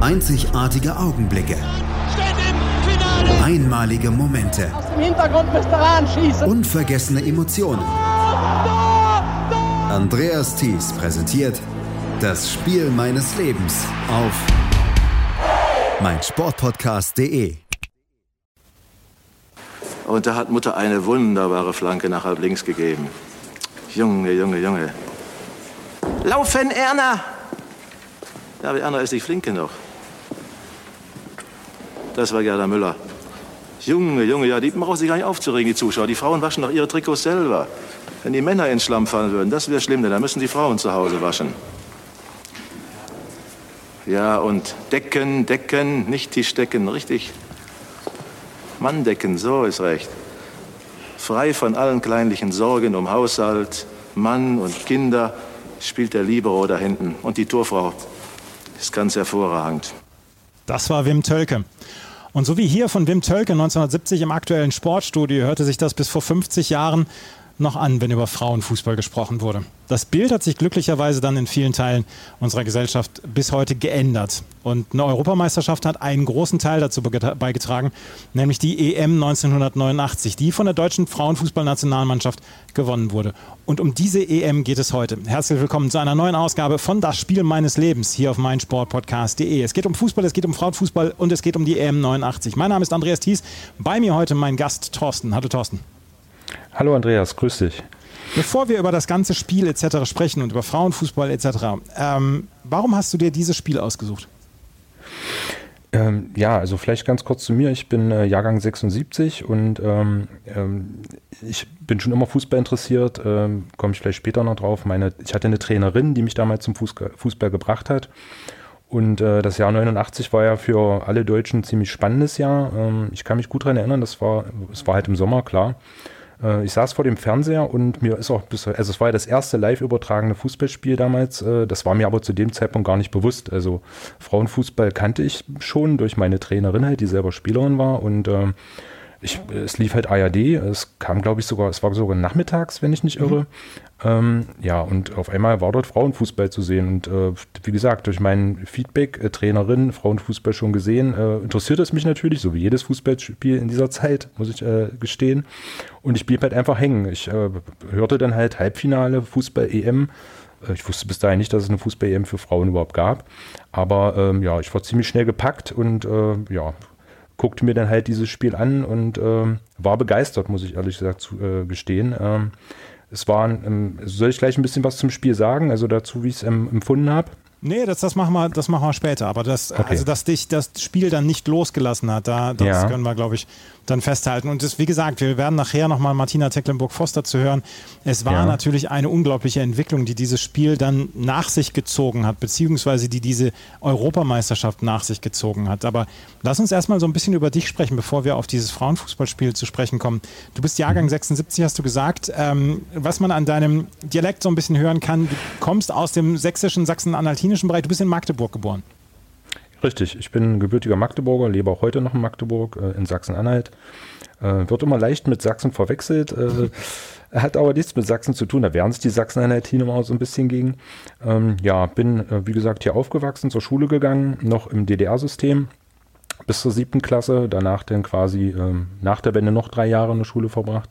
Einzigartige Augenblicke. Einmalige Momente. Aus dem Hintergrund müsst ihr anschießen. Unvergessene Emotionen. Andreas Thies präsentiert das Spiel meines Lebens auf meinsportpodcast.de. Und da hat Mutter eine wunderbare Flanke nach halb links gegeben. Junge, Junge, Junge. Laufen, Erna! Ja, aber Erna ist nicht flink genug. Das war Gerda Müller. Junge, Junge, ja, die brauchen sich gar nicht aufzuregen, die Zuschauer. Die Frauen waschen doch ihre Trikots selber. Wenn die Männer ins Schlamm fallen würden, das wäre schlimm, denn dann müssen die Frauen zu Hause waschen. Ja, und decken, decken, nicht Tischdecken, richtig. Manndecken, so ist recht. Frei von allen kleinlichen Sorgen um Haushalt, Mann und Kinder spielt der Libero da hinten. Und die Torfrau ist ganz hervorragend. Das war Wim Tölke. Und so wie hier von Wim Tölke 1970 im aktuellen Sportstudio hörte sich das bis vor 50 Jahren noch an, wenn über Frauenfußball gesprochen wurde. Das Bild hat sich glücklicherweise dann in vielen Teilen unserer Gesellschaft bis heute geändert. Und eine Europameisterschaft hat einen großen Teil dazu beigetragen, nämlich die EM 1989, die von der deutschen Frauenfußballnationalmannschaft gewonnen wurde. Und um diese EM geht es heute. Herzlich willkommen zu einer neuen Ausgabe von Das Spiel meines Lebens hier auf meinsportpodcast.de. Es geht um Fußball, es geht um Frauenfußball und es geht um die EM 89. Mein Name ist Andreas Thies, bei mir heute mein Gast Thorsten. Hallo Thorsten. Hallo Andreas, grüß dich. Bevor wir über das ganze Spiel etc. sprechen und über Frauenfußball etc., warum hast du dir dieses Spiel ausgesucht? Ja, also vielleicht ganz kurz zu mir. Ich bin Jahrgang 76 und ich bin schon immer Fußball interessiert, komme ich vielleicht später noch drauf. Ich hatte eine Trainerin, die mich damals zum Fußball gebracht hat. Und das Jahr 89 war ja für alle Deutschen ein ziemlich spannendes Jahr. Ich kann mich gut daran erinnern, es war halt im Sommer, klar. Ich saß vor dem Fernseher und mir ist auch es war ja das erste live übertragene Fußballspiel damals. Das war mir aber zu dem Zeitpunkt gar nicht bewusst. Also Frauenfußball kannte ich schon durch meine Trainerin halt, die selber Spielerin war. Und es lief halt ARD. Es kam, glaube ich, es war sogar nachmittags, wenn ich nicht irre. Ja, und auf einmal war dort Frauenfußball zu sehen. Und wie gesagt, durch mein Feedback, Trainerin, Frauenfußball schon gesehen, interessiert es mich natürlich, so wie jedes Fußballspiel in dieser Zeit, muss ich gestehen. Und ich blieb halt einfach hängen. Ich hörte dann halt Halbfinale, Fußball-EM. Ich wusste bis dahin nicht, dass es eine Fußball-EM für Frauen überhaupt gab. Aber ja, ich war ziemlich schnell gepackt und ja, guckte mir dann halt dieses Spiel an und war begeistert, muss ich ehrlich gesagt gestehen. Soll ich gleich ein bisschen was zum Spiel sagen, also dazu, wie ich es empfunden habe? Nee, das machen wir später. Aber okay. Also, dass dich das Spiel dann nicht losgelassen hat, das können wir, glaube ich, dann festhalten. Und das, wie gesagt, wir werden nachher nochmal Martina Tecklenburg-Foster zu hören. Es war natürlich eine unglaubliche Entwicklung, die dieses Spiel dann nach sich gezogen hat, beziehungsweise die diese Europameisterschaft nach sich gezogen hat. Aber lass uns erstmal so ein bisschen über dich sprechen, bevor wir auf dieses Frauenfußballspiel zu sprechen kommen. Du bist Jahrgang 76, hast du gesagt. Was man an deinem Dialekt so ein bisschen hören kann, du kommst aus dem sächsischen, sachsen-anhaltinischen Bereich. Du bist in Magdeburg geboren. Richtig, ich bin gebürtiger Magdeburger, lebe auch heute noch in Magdeburg, in Sachsen-Anhalt. Wird immer leicht mit Sachsen verwechselt, hat aber nichts mit Sachsen zu tun, da wehren sich die Sachsen-Anhaltiner immer so ein bisschen gegen. Ja, bin, wie gesagt, hier aufgewachsen, zur Schule gegangen, noch im DDR-System bis zur 7. Klasse, danach dann quasi nach der Wende noch 3 Jahre in der Schule verbracht.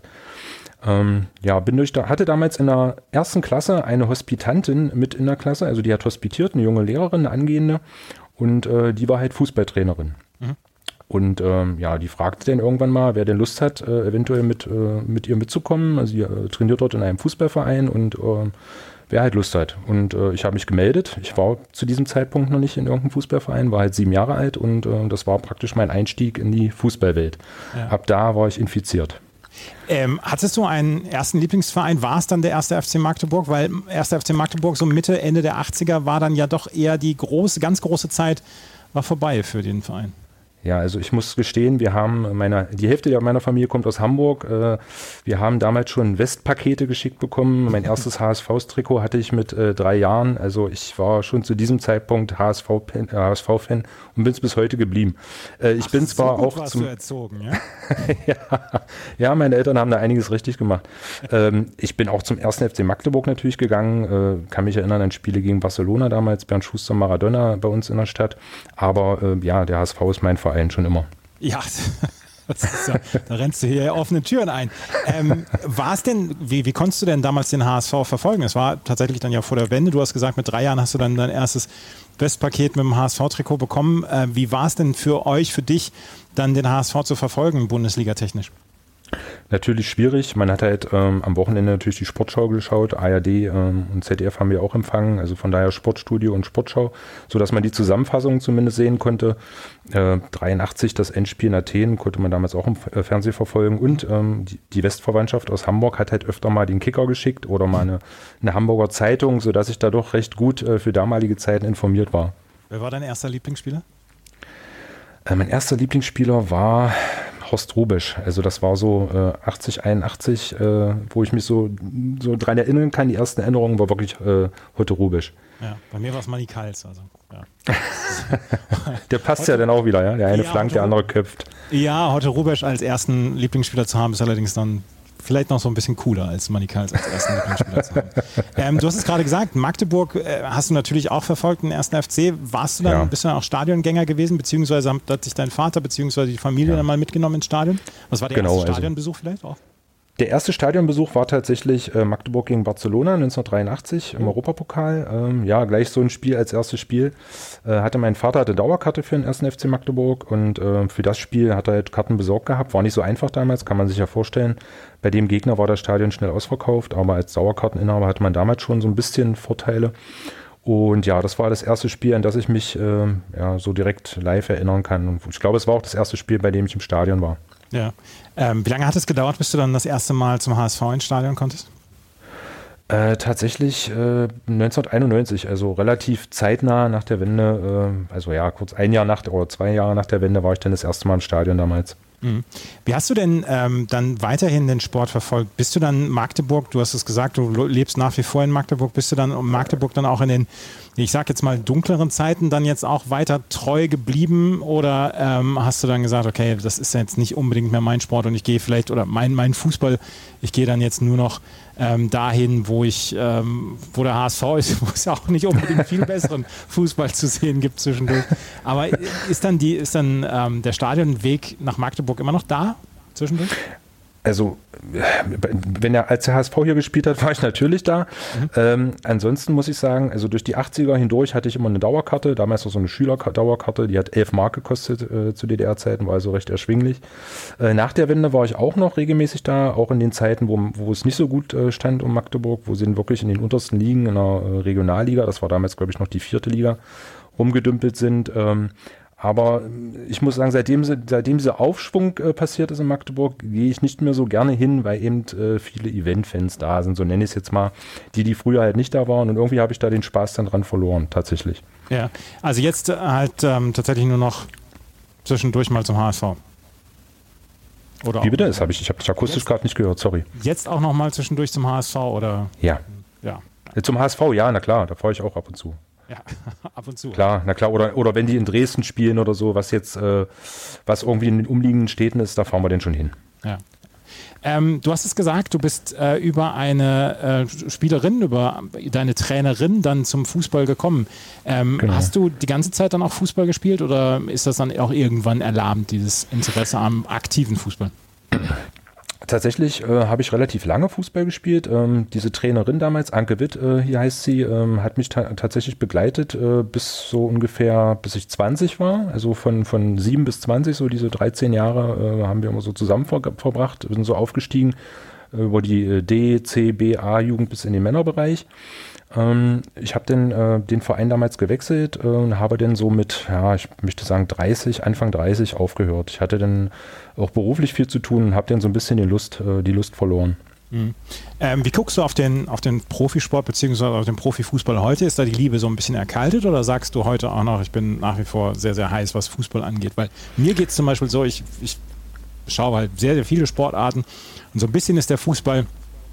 Ja, hatte damals in der 1. Klasse eine Hospitantin mit in der Klasse, also die hat hospitiert, eine junge Lehrerin, eine angehende, und die war halt Fußballtrainerin. Mhm. Und ja, die fragte dann irgendwann mal, wer denn Lust hat, eventuell mit ihr mitzukommen. Also sie trainiert dort in einem Fußballverein und wer halt Lust hat. Und ich habe mich gemeldet. Ich war zu diesem Zeitpunkt noch nicht in irgendeinem Fußballverein, war halt 7 Jahre alt und das war praktisch mein Einstieg in die Fußballwelt. Ja. Ab da war ich infiziert. Hattest du einen ersten Lieblingsverein? War es dann der 1. FC Magdeburg? Weil 1. FC Magdeburg so Mitte, Ende der 80er war dann ja doch eher die ganz große Zeit war vorbei für den Verein. Ja, also ich muss gestehen, wir haben die Hälfte meiner Familie kommt aus Hamburg. Wir haben damals schon Westpakete geschickt bekommen. Mein erstes HSV-Trikot hatte ich mit 3 Jahren. Also ich war schon zu diesem Zeitpunkt HSV-Fan und bin es bis heute geblieben. Ich bin zwar so gut auch warst du erzogen, ja? ja, meine Eltern haben da einiges richtig gemacht. Ich bin auch zum 1. FC Magdeburg natürlich gegangen. Kann mich erinnern an Spiele gegen Barcelona damals, Bernd Schuster, Maradona bei uns in der Stadt. Aber ja, der HSV ist mein Verein schon immer. Ja, da rennst du hier offene Türen ein. War es denn, wie konntest du denn damals den HSV verfolgen? Es war tatsächlich dann ja vor der Wende. Du hast gesagt, mit 3 Jahren hast du dann dein erstes Westpaket mit dem HSV-Trikot bekommen. Wie war es denn für dich, dann den HSV zu verfolgen, Bundesliga-technisch? Natürlich schwierig. Man hat halt am Wochenende natürlich die Sportschau geschaut. ARD und ZDF haben wir auch empfangen. Also von daher Sportstudio und Sportschau, sodass man die Zusammenfassung zumindest sehen konnte. 83 das Endspiel in Athen konnte man damals auch im Fernsehen verfolgen. Und die Westverwandtschaft aus Hamburg hat halt öfter mal den Kicker geschickt oder mal eine Hamburger Zeitung, sodass ich da doch recht gut für damalige Zeiten informiert war. Wer war dein erster Lieblingsspieler? Mein erster Lieblingsspieler war Horst Hrubesch. Also das war so 80, 81, wo ich mich so dran erinnern kann. Die ersten Erinnerungen war wirklich Hotte Hrubesch. Ja, bei mir war es Manni Kals. Also, ja. Der passt ja dann auch wieder, ja. Der eine flankt, der andere köpft. Ja, Hotte Hrubesch als ersten Lieblingsspieler zu haben, ist allerdings dann vielleicht noch so ein bisschen cooler als Manni Kals als ersten Lieblingsspieler zu haben. Du hast es gerade gesagt, Magdeburg hast du natürlich auch verfolgt, den 1. FC. Warst du dann, bist du dann auch Stadiongänger gewesen, beziehungsweise hat sich dein Vater beziehungsweise die Familie dann mal mitgenommen ins Stadion? Was war der erste Stadionbesuch vielleicht auch? Der erste Stadionbesuch war tatsächlich Magdeburg gegen Barcelona 1983 im Europapokal. Ja, gleich so ein Spiel als erstes Spiel. Mein Vater hatte Dauerkarte für den 1. FC Magdeburg und für das Spiel hat er halt Karten besorgt gehabt. War nicht so einfach damals, kann man sich ja vorstellen. Bei dem Gegner war das Stadion schnell ausverkauft, aber als Dauerkarteninhaber hatte man damals schon so ein bisschen Vorteile. Und ja, das war das erste Spiel, an das ich mich so direkt live erinnern kann. Und ich glaube, es war auch das erste Spiel, bei dem ich im Stadion war. Ja. Wie lange hat es gedauert, bis du dann das erste Mal zum HSV ins Stadion konntest? Tatsächlich 1991, also relativ zeitnah nach der Wende, kurz 1 Jahr oder 2 Jahre nach der Wende war ich dann das erste Mal im Stadion damals. Wie hast du denn dann weiterhin den Sport verfolgt? Bist du dann Magdeburg, du hast es gesagt, du lebst nach wie vor in Magdeburg, bist du dann Magdeburg dann auch in den, ich sag jetzt mal, dunkleren Zeiten dann jetzt auch weiter treu geblieben oder hast du dann gesagt, okay, das ist jetzt nicht unbedingt mehr mein Sport und ich gehe vielleicht, oder mein Fußball, ich gehe dann jetzt nur noch dahin, wo der HSV ist, wo es auch nicht unbedingt viel besseren Fußball zu sehen gibt zwischendurch. Aber ist dann der Stadionweg nach Magdeburg immer noch da zwischendurch? Also, als der HSV hier gespielt hat, war ich natürlich da. Ansonsten muss ich sagen, also durch die 80er hindurch hatte ich immer eine Dauerkarte, damals noch so eine Schülerdauerkarte, die hat 11 Mark gekostet zu DDR-Zeiten, war also recht erschwinglich. Nach der Wende war ich auch noch regelmäßig da, auch in den Zeiten, wo es nicht so gut stand um Magdeburg, wo sie wirklich in den untersten Ligen in der Regionalliga, das war damals glaube ich noch die 4. Liga, rumgedümpelt sind. Aber ich muss sagen, seitdem dieser Aufschwung passiert ist in Magdeburg, gehe ich nicht mehr so gerne hin, weil eben viele Event-Fans da sind, so nenne ich es jetzt mal, die früher halt nicht da waren. Und irgendwie habe ich da den Spaß dann dran verloren, tatsächlich. Ja, also jetzt halt tatsächlich nur noch zwischendurch mal zum HSV. Oder wie bitte? Ich habe dich akustisch gerade nicht gehört, sorry. Jetzt auch noch mal zwischendurch zum HSV, oder? Ja. Zum HSV, ja, na klar, da fahre ich auch ab und zu. Ja, ab und zu. Klar, na klar. Oder wenn die in Dresden spielen oder so, was irgendwie in den umliegenden Städten ist, da fahren wir denn schon hin. Ja. Du hast es gesagt, du bist über eine Spielerin, über deine Trainerin dann zum Fußball gekommen. Genau. Hast du die ganze Zeit dann auch Fußball gespielt oder ist das dann auch irgendwann erlahmt, dieses Interesse am aktiven Fußball? Tatsächlich habe ich relativ lange Fußball gespielt. Diese Trainerin damals, Anke Witt, hier heißt sie, hat mich tatsächlich begleitet bis ich 20 war. Also von 7 bis 20, so diese 13 Jahre haben wir immer so zusammen verbracht. Wir sind so aufgestiegen über die D, C, B, A-Jugend bis in den Männerbereich. Ich habe den Verein damals gewechselt und habe dann so mit, ich möchte sagen Anfang 30 aufgehört. Ich hatte dann auch beruflich viel zu tun und habe dann so ein bisschen die Lust verloren. Wie guckst du auf den Profisport bzw. auf den Profifußball heute? Ist da die Liebe so ein bisschen erkaltet oder sagst du heute auch noch, ich bin nach wie vor sehr, sehr heiß, was Fußball angeht? Weil mir geht es zum Beispiel so, ich schaue halt sehr, sehr viele Sportarten und so ein bisschen ist der Fußball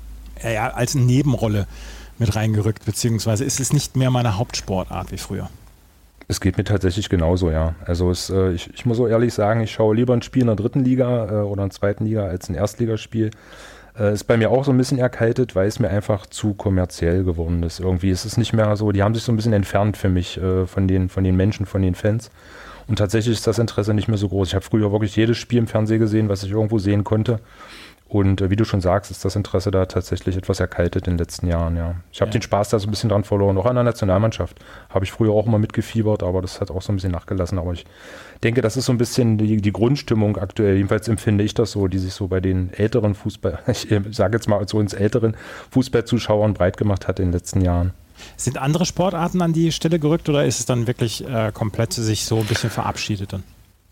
als Nebenrolle mit reingerückt, beziehungsweise ist es nicht mehr meine Hauptsportart wie früher. Es geht mir tatsächlich genauso, ja. Also ich muss so ehrlich sagen, ich schaue lieber ein Spiel in der 3. Liga oder in der 2. Liga als ein Erstligaspiel. Ist bei mir auch so ein bisschen erkaltet, weil es mir einfach zu kommerziell geworden ist. Irgendwie ist es nicht mehr so, die haben sich so ein bisschen entfernt für mich von den Menschen, von den Fans. Und tatsächlich ist das Interesse nicht mehr so groß. Ich habe früher wirklich jedes Spiel im Fernsehen gesehen, was ich irgendwo sehen konnte. Und wie du schon sagst, ist das Interesse da tatsächlich etwas erkaltet in den letzten Jahren, ja. Ich habe den Spaß da so ein bisschen dran verloren. Auch an der Nationalmannschaft habe ich früher auch immer mitgefiebert, aber das hat auch so ein bisschen nachgelassen. Aber ich denke, das ist so ein bisschen die Grundstimmung aktuell. Jedenfalls empfinde ich das so, die sich so bei den älteren ich sage jetzt mal so uns älteren Fußballzuschauern breit gemacht hat in den letzten Jahren. Sind andere Sportarten an die Stelle gerückt oder ist es dann wirklich komplett sich so ein bisschen verabschiedet dann?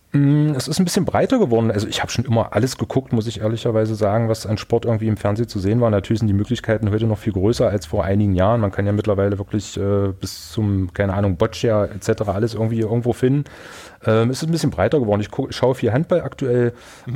Es ist ein bisschen breiter geworden. Also ich habe schon immer alles geguckt, muss ich ehrlicherweise sagen, was an Sport irgendwie im Fernsehen zu sehen war. Natürlich sind die Möglichkeiten heute noch viel größer als vor einigen Jahren. Man kann ja mittlerweile wirklich bis zum, keine Ahnung, Boccia etc. alles irgendwie irgendwo finden. Es ist ein bisschen breiter geworden. Ich schaue viel Handball aktuell,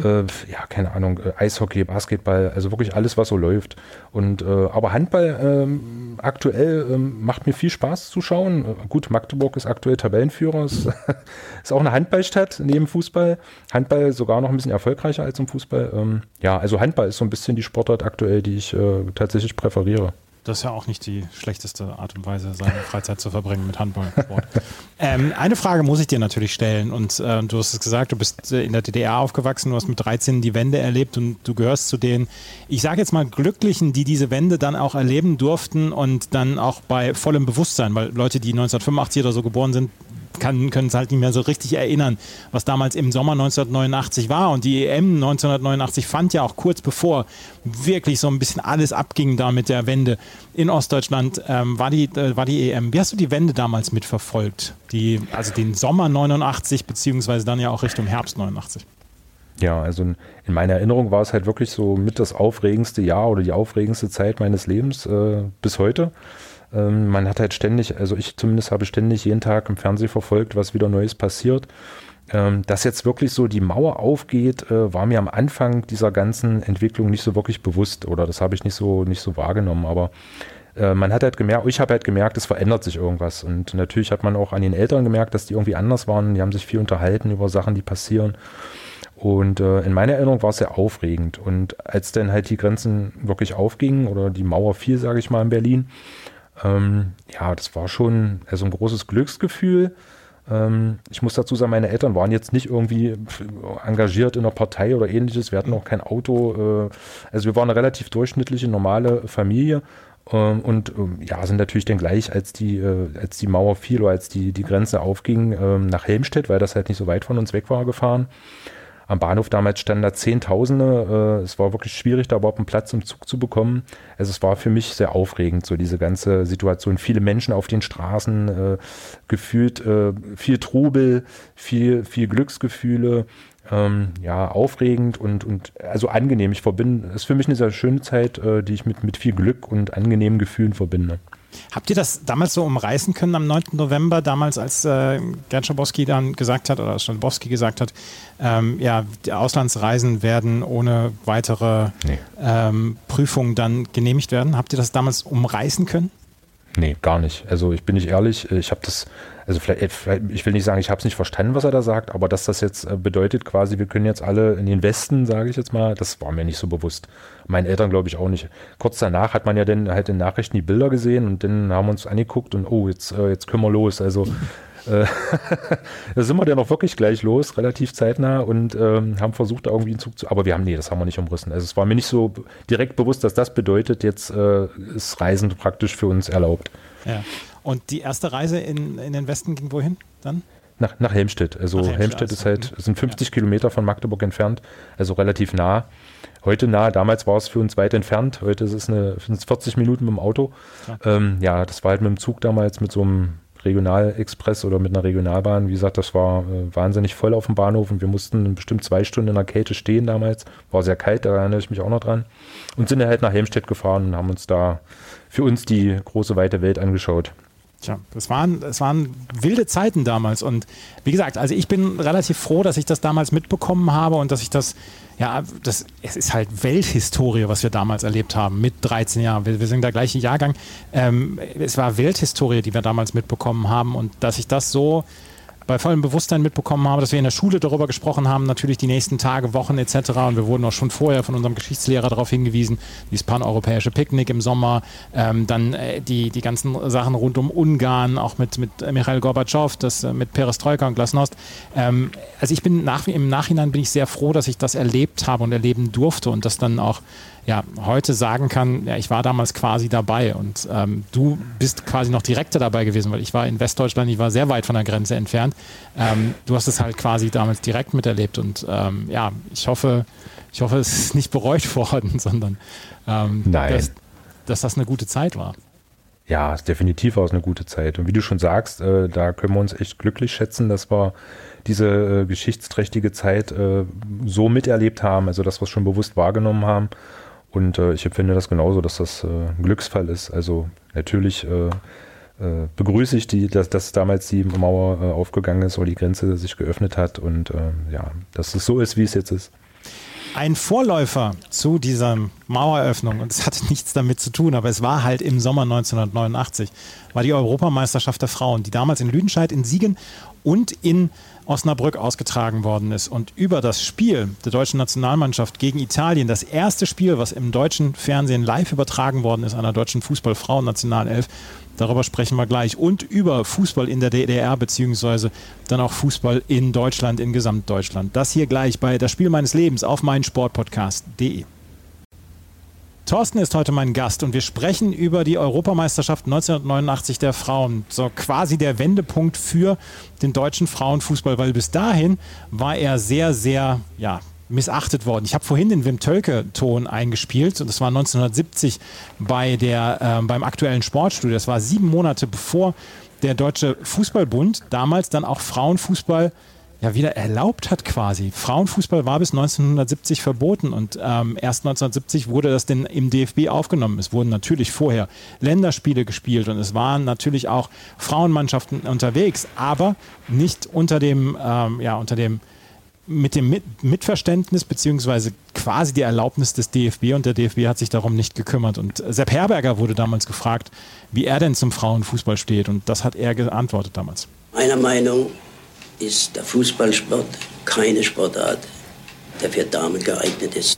keine Ahnung, Eishockey, Basketball, also wirklich alles, was so läuft. Und aber Handball aktuell macht mir viel Spaß zu schauen. Gut, Magdeburg ist aktuell Tabellenführer, ist auch eine Handballstadt neben Fußball. Handball sogar noch ein bisschen erfolgreicher als im Fußball. Also Handball ist so ein bisschen die Sportart aktuell, die ich tatsächlich präferiere. Das ist ja auch nicht die schlechteste Art und Weise, seine Freizeit zu verbringen mit Handballsport. Eine Frage muss ich dir natürlich stellen und du hast es gesagt, du bist in der DDR aufgewachsen, du hast mit 13 die Wende erlebt und du gehörst zu den, ich sage jetzt mal Glücklichen, die diese Wende dann auch erleben durften und dann auch bei vollem Bewusstsein, weil Leute, die 1985 oder so geboren sind, können es halt nicht mehr so richtig erinnern, was damals im Sommer 1989 war. Und die EM 1989 fand ja auch kurz bevor wirklich so ein bisschen alles abging da mit der Wende in Ostdeutschland, war die EM. Wie hast du die Wende damals mitverfolgt? Also den Sommer 89 beziehungsweise dann ja auch Richtung Herbst 89. Ja, also in meiner Erinnerung war es halt wirklich so mit das aufregendste Jahr oder die aufregendste Zeit meines Lebens bis heute. Man hat halt ständig, also ich zumindest habe ständig jeden Tag im Fernsehen verfolgt, was wieder Neues passiert. Dass jetzt wirklich so die Mauer aufgeht, war mir am Anfang dieser ganzen Entwicklung nicht so wirklich bewusst oder das habe ich nicht so wahrgenommen, aber man hat halt gemerkt, ich habe halt gemerkt, es verändert sich irgendwas und natürlich hat man auch an den Eltern gemerkt, dass die irgendwie anders waren, die haben sich viel unterhalten über Sachen, die passieren. Und in meiner Erinnerung war es sehr aufregend und als dann halt die Grenzen wirklich aufgingen oder die Mauer fiel, sage ich mal, in Berlin, das war schon also ein großes Glücksgefühl. Ich muss dazu sagen, meine Eltern waren jetzt nicht irgendwie engagiert in einer Partei oder ähnliches. Wir hatten auch kein Auto. Also wir waren eine relativ durchschnittliche, normale Familie und sind natürlich dann gleich, als die Mauer fiel oder als die Grenze aufging, nach Helmstedt, weil das halt nicht so weit von uns weg war, gefahren. Am Bahnhof damals standen da Zehntausende. Es war wirklich schwierig, da überhaupt einen Platz im Zug zu bekommen. Also es war für mich sehr aufregend, so diese ganze Situation. Viele Menschen auf den Straßen, gefühlt viel Trubel, viel Glücksgefühle. Aufregend und also angenehm. Es ist für mich eine sehr schöne Zeit, die ich mit viel Glück und angenehmen Gefühlen verbinde. Habt ihr das damals so umreißen können am 9. November, damals als Gerd Schabowski dann gesagt hat, oder als Schabowski gesagt hat, die Auslandsreisen werden ohne weitere Prüfung dann genehmigt werden? Habt ihr das damals umreißen können? Nee, gar nicht. Also ich bin nicht ehrlich, ich habe das, also vielleicht, ich will nicht sagen, ich habe es nicht verstanden, was er da sagt, aber dass das jetzt bedeutet quasi, wir können jetzt alle in den Westen, sage ich jetzt mal, das war mir nicht so bewusst. Meinen Eltern glaube ich auch nicht. Kurz danach hat man ja dann halt in Nachrichten die Bilder gesehen und dann haben wir uns angeguckt und jetzt können wir los. Also da sind wir dann auch wirklich gleich los, relativ zeitnah und haben versucht, da irgendwie einen Zug zu, aber das haben wir nicht umrissen. Also es war mir nicht so direkt bewusst, dass das bedeutet, jetzt ist Reisen praktisch für uns erlaubt. Ja. Und die erste Reise in den Westen ging wohin dann? Nach Helmstedt. Also Helmstedt ist sind 50 Kilometer von Magdeburg entfernt, also relativ nah. Heute nah, damals war es für uns weit entfernt, heute ist es 40 Minuten mit dem Auto. Das war halt mit dem Zug damals mit so einem Regionalexpress oder mit einer Regionalbahn. Wie gesagt, das war wahnsinnig voll auf dem Bahnhof und wir mussten bestimmt 2 Stunden in der Kälte stehen damals. War sehr kalt, da erinnere ich mich auch noch dran. Und sind halt nach Helmstedt gefahren und haben uns da für uns die große, weite Welt angeschaut. Tja, es waren wilde Zeiten damals und wie gesagt, also ich bin relativ froh, dass ich das damals mitbekommen habe und dass ich es ist halt Welthistorie, was wir damals erlebt haben mit 13 Jahren. Wir sind der gleiche Jahrgang. Es war Welthistorie, die wir damals mitbekommen haben und dass ich das so bei vollem Bewusstsein mitbekommen habe, dass wir in der Schule darüber gesprochen haben, natürlich die nächsten Tage, Wochen etc. Und wir wurden auch schon vorher von unserem Geschichtslehrer darauf hingewiesen, dieses paneuropäische Picknick im Sommer, dann die ganzen Sachen rund um Ungarn, auch mit Michail Gorbatschow, das mit Perestroika und Glasnost. Also ich bin im Nachhinein bin ich sehr froh, dass ich das erlebt habe und erleben durfte und das dann auch heute sagen kann, ja, ich war damals quasi dabei und du bist quasi noch direkter dabei gewesen, weil ich war in Westdeutschland, ich war sehr weit von der Grenze entfernt. Du hast es halt quasi damals direkt miterlebt und ich hoffe, es ist nicht bereut worden, sondern dass das eine gute Zeit war. Ja, definitiv war es eine gute Zeit. Und wie du schon sagst, da können wir uns echt glücklich schätzen, dass wir diese geschichtsträchtige Zeit so miterlebt haben, also dass wir es schon bewusst wahrgenommen haben. Und ich empfinde das genauso, dass das ein Glücksfall ist. Also natürlich begrüße ich dass damals die Mauer aufgegangen ist oder die Grenze sich geöffnet hat und dass es so ist, wie es jetzt ist. Ein Vorläufer zu dieser Maueröffnung, und es hatte nichts damit zu tun, aber es war halt im Sommer 1989, war die Europameisterschaft der Frauen, die damals in Lüdenscheid, in Siegen und in Osnabrück ausgetragen worden ist. Und über das Spiel der deutschen Nationalmannschaft gegen Italien, das erste Spiel, was im deutschen Fernsehen live übertragen worden ist, einer deutschen Fußballfrauen-Nationalelf, darüber sprechen wir gleich. Und über Fußball in der DDR, beziehungsweise dann auch Fußball in Deutschland, in Gesamtdeutschland. Das hier gleich bei Das Spiel meines Lebens auf meinsportpodcast.de. Thorsten ist heute mein Gast und wir sprechen über die Europameisterschaft 1989 der Frauen. So quasi der Wendepunkt für den deutschen Frauenfußball, weil bis dahin war er sehr, sehr, missachtet worden. Ich habe vorhin den Wim Tölke-Ton eingespielt und das war 1970 beim aktuellen Sportstudio. Das war 7 Monate bevor der Deutsche Fußballbund damals dann auch Frauenfußball wieder erlaubt hat quasi. Frauenfußball war bis 1970 verboten und erst 1970 wurde das denn im DFB aufgenommen. Es wurden natürlich vorher Länderspiele gespielt und es waren natürlich auch Frauenmannschaften unterwegs, aber nicht mit dem Mitverständnis beziehungsweise quasi die Erlaubnis des DFB und der DFB hat sich darum nicht gekümmert. Und Sepp Herberger wurde damals gefragt, wie er denn zum Frauenfußball steht und das hat er geantwortet damals. Meiner Meinung ist der Fußballsport keine Sportart, der für Damen geeignet ist.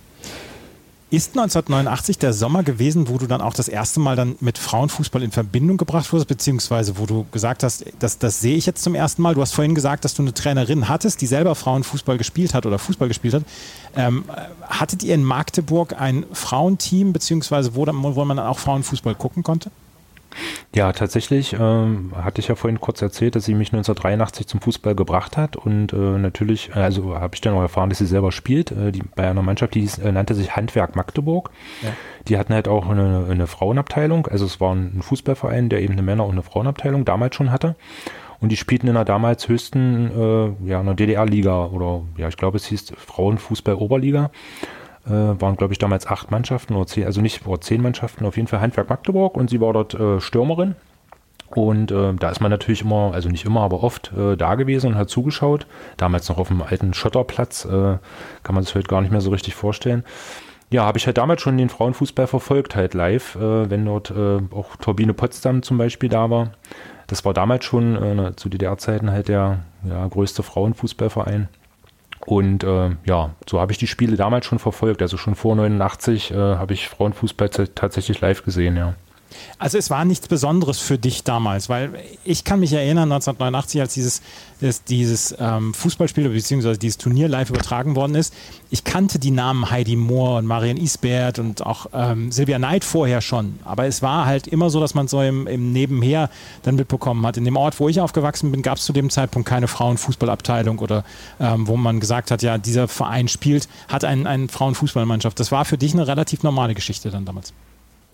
Ist 1989 der Sommer gewesen, wo du dann auch das erste Mal dann mit Frauenfußball in Verbindung gebracht wurdest, beziehungsweise wo du gesagt hast, das sehe ich jetzt zum ersten Mal. Du hast vorhin gesagt, dass du eine Trainerin hattest, die selber Frauenfußball gespielt hat oder Fußball gespielt hat. Hattet ihr in Magdeburg ein Frauenteam, beziehungsweise wo man dann auch Frauenfußball gucken konnte? Ja, tatsächlich hatte ich ja vorhin kurz erzählt, dass sie mich 1983 zum Fußball gebracht hat und natürlich, also habe ich dann auch erfahren, dass sie selber spielt, bei einer Mannschaft, die nannte sich Handwerk Magdeburg. Ja. Die hatten halt auch eine Frauenabteilung, also es war ein Fußballverein, der eben eine Männer- und eine Frauenabteilung damals schon hatte und die spielten in der damals höchsten, einer DDR-Liga oder ich glaube es hieß Frauenfußball-Oberliga. Waren, glaube ich, damals 8 Mannschaften oder 10, also nicht 10 Mannschaften, auf jeden Fall Handwerk Magdeburg und sie war dort Stürmerin und da ist man natürlich immer, also nicht immer, aber oft da gewesen und hat zugeschaut, damals noch auf dem alten Schotterplatz, kann man sich heute gar nicht mehr so richtig vorstellen. Ja, habe ich halt damals schon den Frauenfußball verfolgt, halt live, wenn dort auch Turbine Potsdam zum Beispiel da war. Das war damals schon zu DDR-Zeiten halt der größte Frauenfußballverein. Und so habe ich die Spiele damals schon verfolgt. Also schon vor 89 habe ich Frauenfußball tatsächlich live gesehen, ja. Also es war nichts Besonderes für dich damals, weil ich kann mich erinnern, 1989, als dieses Fußballspiel bzw. dieses Turnier live übertragen worden ist, ich kannte die Namen Heidi Mohr und Marion Isbert und auch Silvia Neid vorher schon, aber es war halt immer so, dass man so im Nebenher dann mitbekommen hat. In dem Ort, wo ich aufgewachsen bin, gab es zu dem Zeitpunkt keine Frauenfußballabteilung oder wo man gesagt hat, ja, dieser Verein hat eine Frauenfußballmannschaft. Das war für dich eine relativ normale Geschichte dann damals.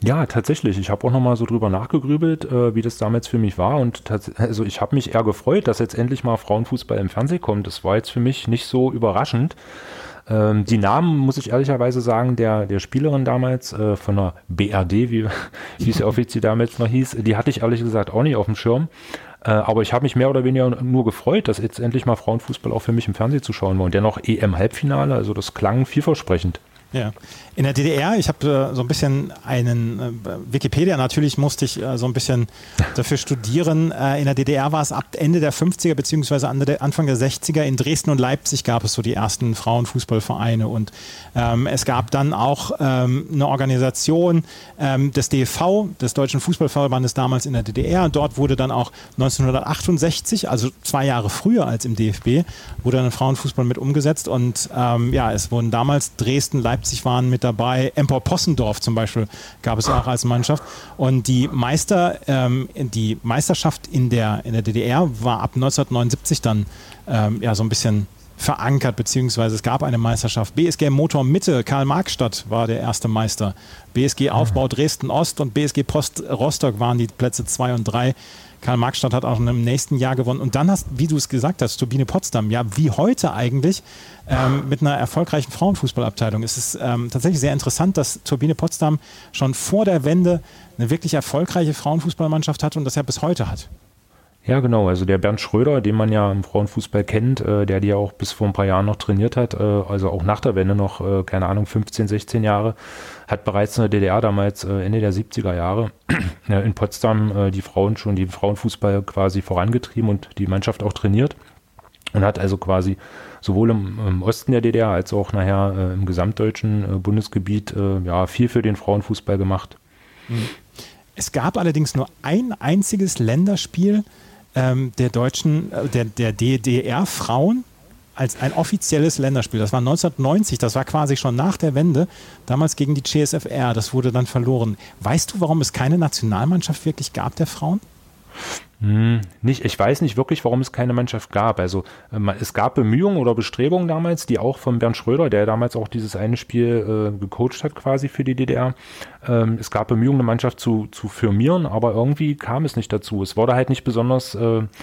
Ja, tatsächlich. Ich habe auch nochmal so drüber nachgegrübelt, wie das damals für mich war. Und also ich habe mich eher gefreut, dass jetzt endlich mal Frauenfußball im Fernsehen kommt. Das war jetzt für mich nicht so überraschend. Die Namen, muss ich ehrlicherweise sagen, der Spielerin damals von der BRD, wie es ja offiziell damals noch hieß, die hatte ich ehrlich gesagt auch nicht auf dem Schirm. Aber ich habe mich mehr oder weniger nur gefreut, dass jetzt endlich mal Frauenfußball auch für mich im Fernsehen zu schauen war. Und dennoch EM-Halbfinale, also das klang vielversprechend. Ja. In der DDR, ich habe so ein bisschen Wikipedia, natürlich musste ich so ein bisschen dafür studieren. In der DDR war es ab Ende der 50er beziehungsweise Anfang der 60er in Dresden und Leipzig gab es so die ersten Frauenfußballvereine und es gab dann auch eine Organisation des DFV, des Deutschen Fußballverbandes damals in der DDR. Und dort wurde dann auch 1968, also 2 Jahre früher als im DFB, wurde dann Frauenfußball mit umgesetzt und es wurden damals Dresden, Leipzig waren mit dabei, Empor-Possendorf zum Beispiel gab es auch als Mannschaft und die Meisterschaft in der DDR war ab 1979 dann so ein bisschen verankert, beziehungsweise es gab eine Meisterschaft. BSG Motor Mitte, Karl-Marx-Stadt war der erste Meister. BSG Aufbau Dresden-Ost und BSG Post Rostock waren die Plätze 2 und 3. Karl-Marx-Stadt hat auch im nächsten Jahr gewonnen. Und dann hast, wie du es gesagt hast, Turbine Potsdam, ja, wie heute eigentlich, mit einer erfolgreichen Frauenfußballabteilung. Es ist tatsächlich sehr interessant, dass Turbine Potsdam schon vor der Wende eine wirklich erfolgreiche Frauenfußballmannschaft hat und das ja bis heute hat. Ja, genau. Also der Bernd Schröder, den man ja im Frauenfußball kennt, der die ja auch bis vor ein paar Jahren noch trainiert hat, also auch nach der Wende noch, 15, 16 Jahre, hat bereits in der DDR damals Ende der 70er Jahre in Potsdam die Frauenfußball quasi vorangetrieben und die Mannschaft auch trainiert und hat also quasi sowohl im Osten der DDR als auch nachher im gesamtdeutschen Bundesgebiet viel für den Frauenfußball gemacht. Es gab allerdings nur ein einziges Länderspiel der DDR-Frauen als ein offizielles Länderspiel. Das war 1990, das war quasi schon nach der Wende, damals gegen die CSFR. Das wurde dann verloren. Weißt du, warum es keine Nationalmannschaft wirklich gab der Frauen? Ich weiß nicht wirklich, warum es keine Mannschaft gab. Also es gab Bemühungen oder Bestrebungen damals, die auch von Bernd Schröder, der damals auch dieses eine Spiel gecoacht hat quasi für die DDR. Es gab Bemühungen, eine Mannschaft zu firmieren, aber irgendwie kam es nicht dazu. Es wurde halt nicht besonders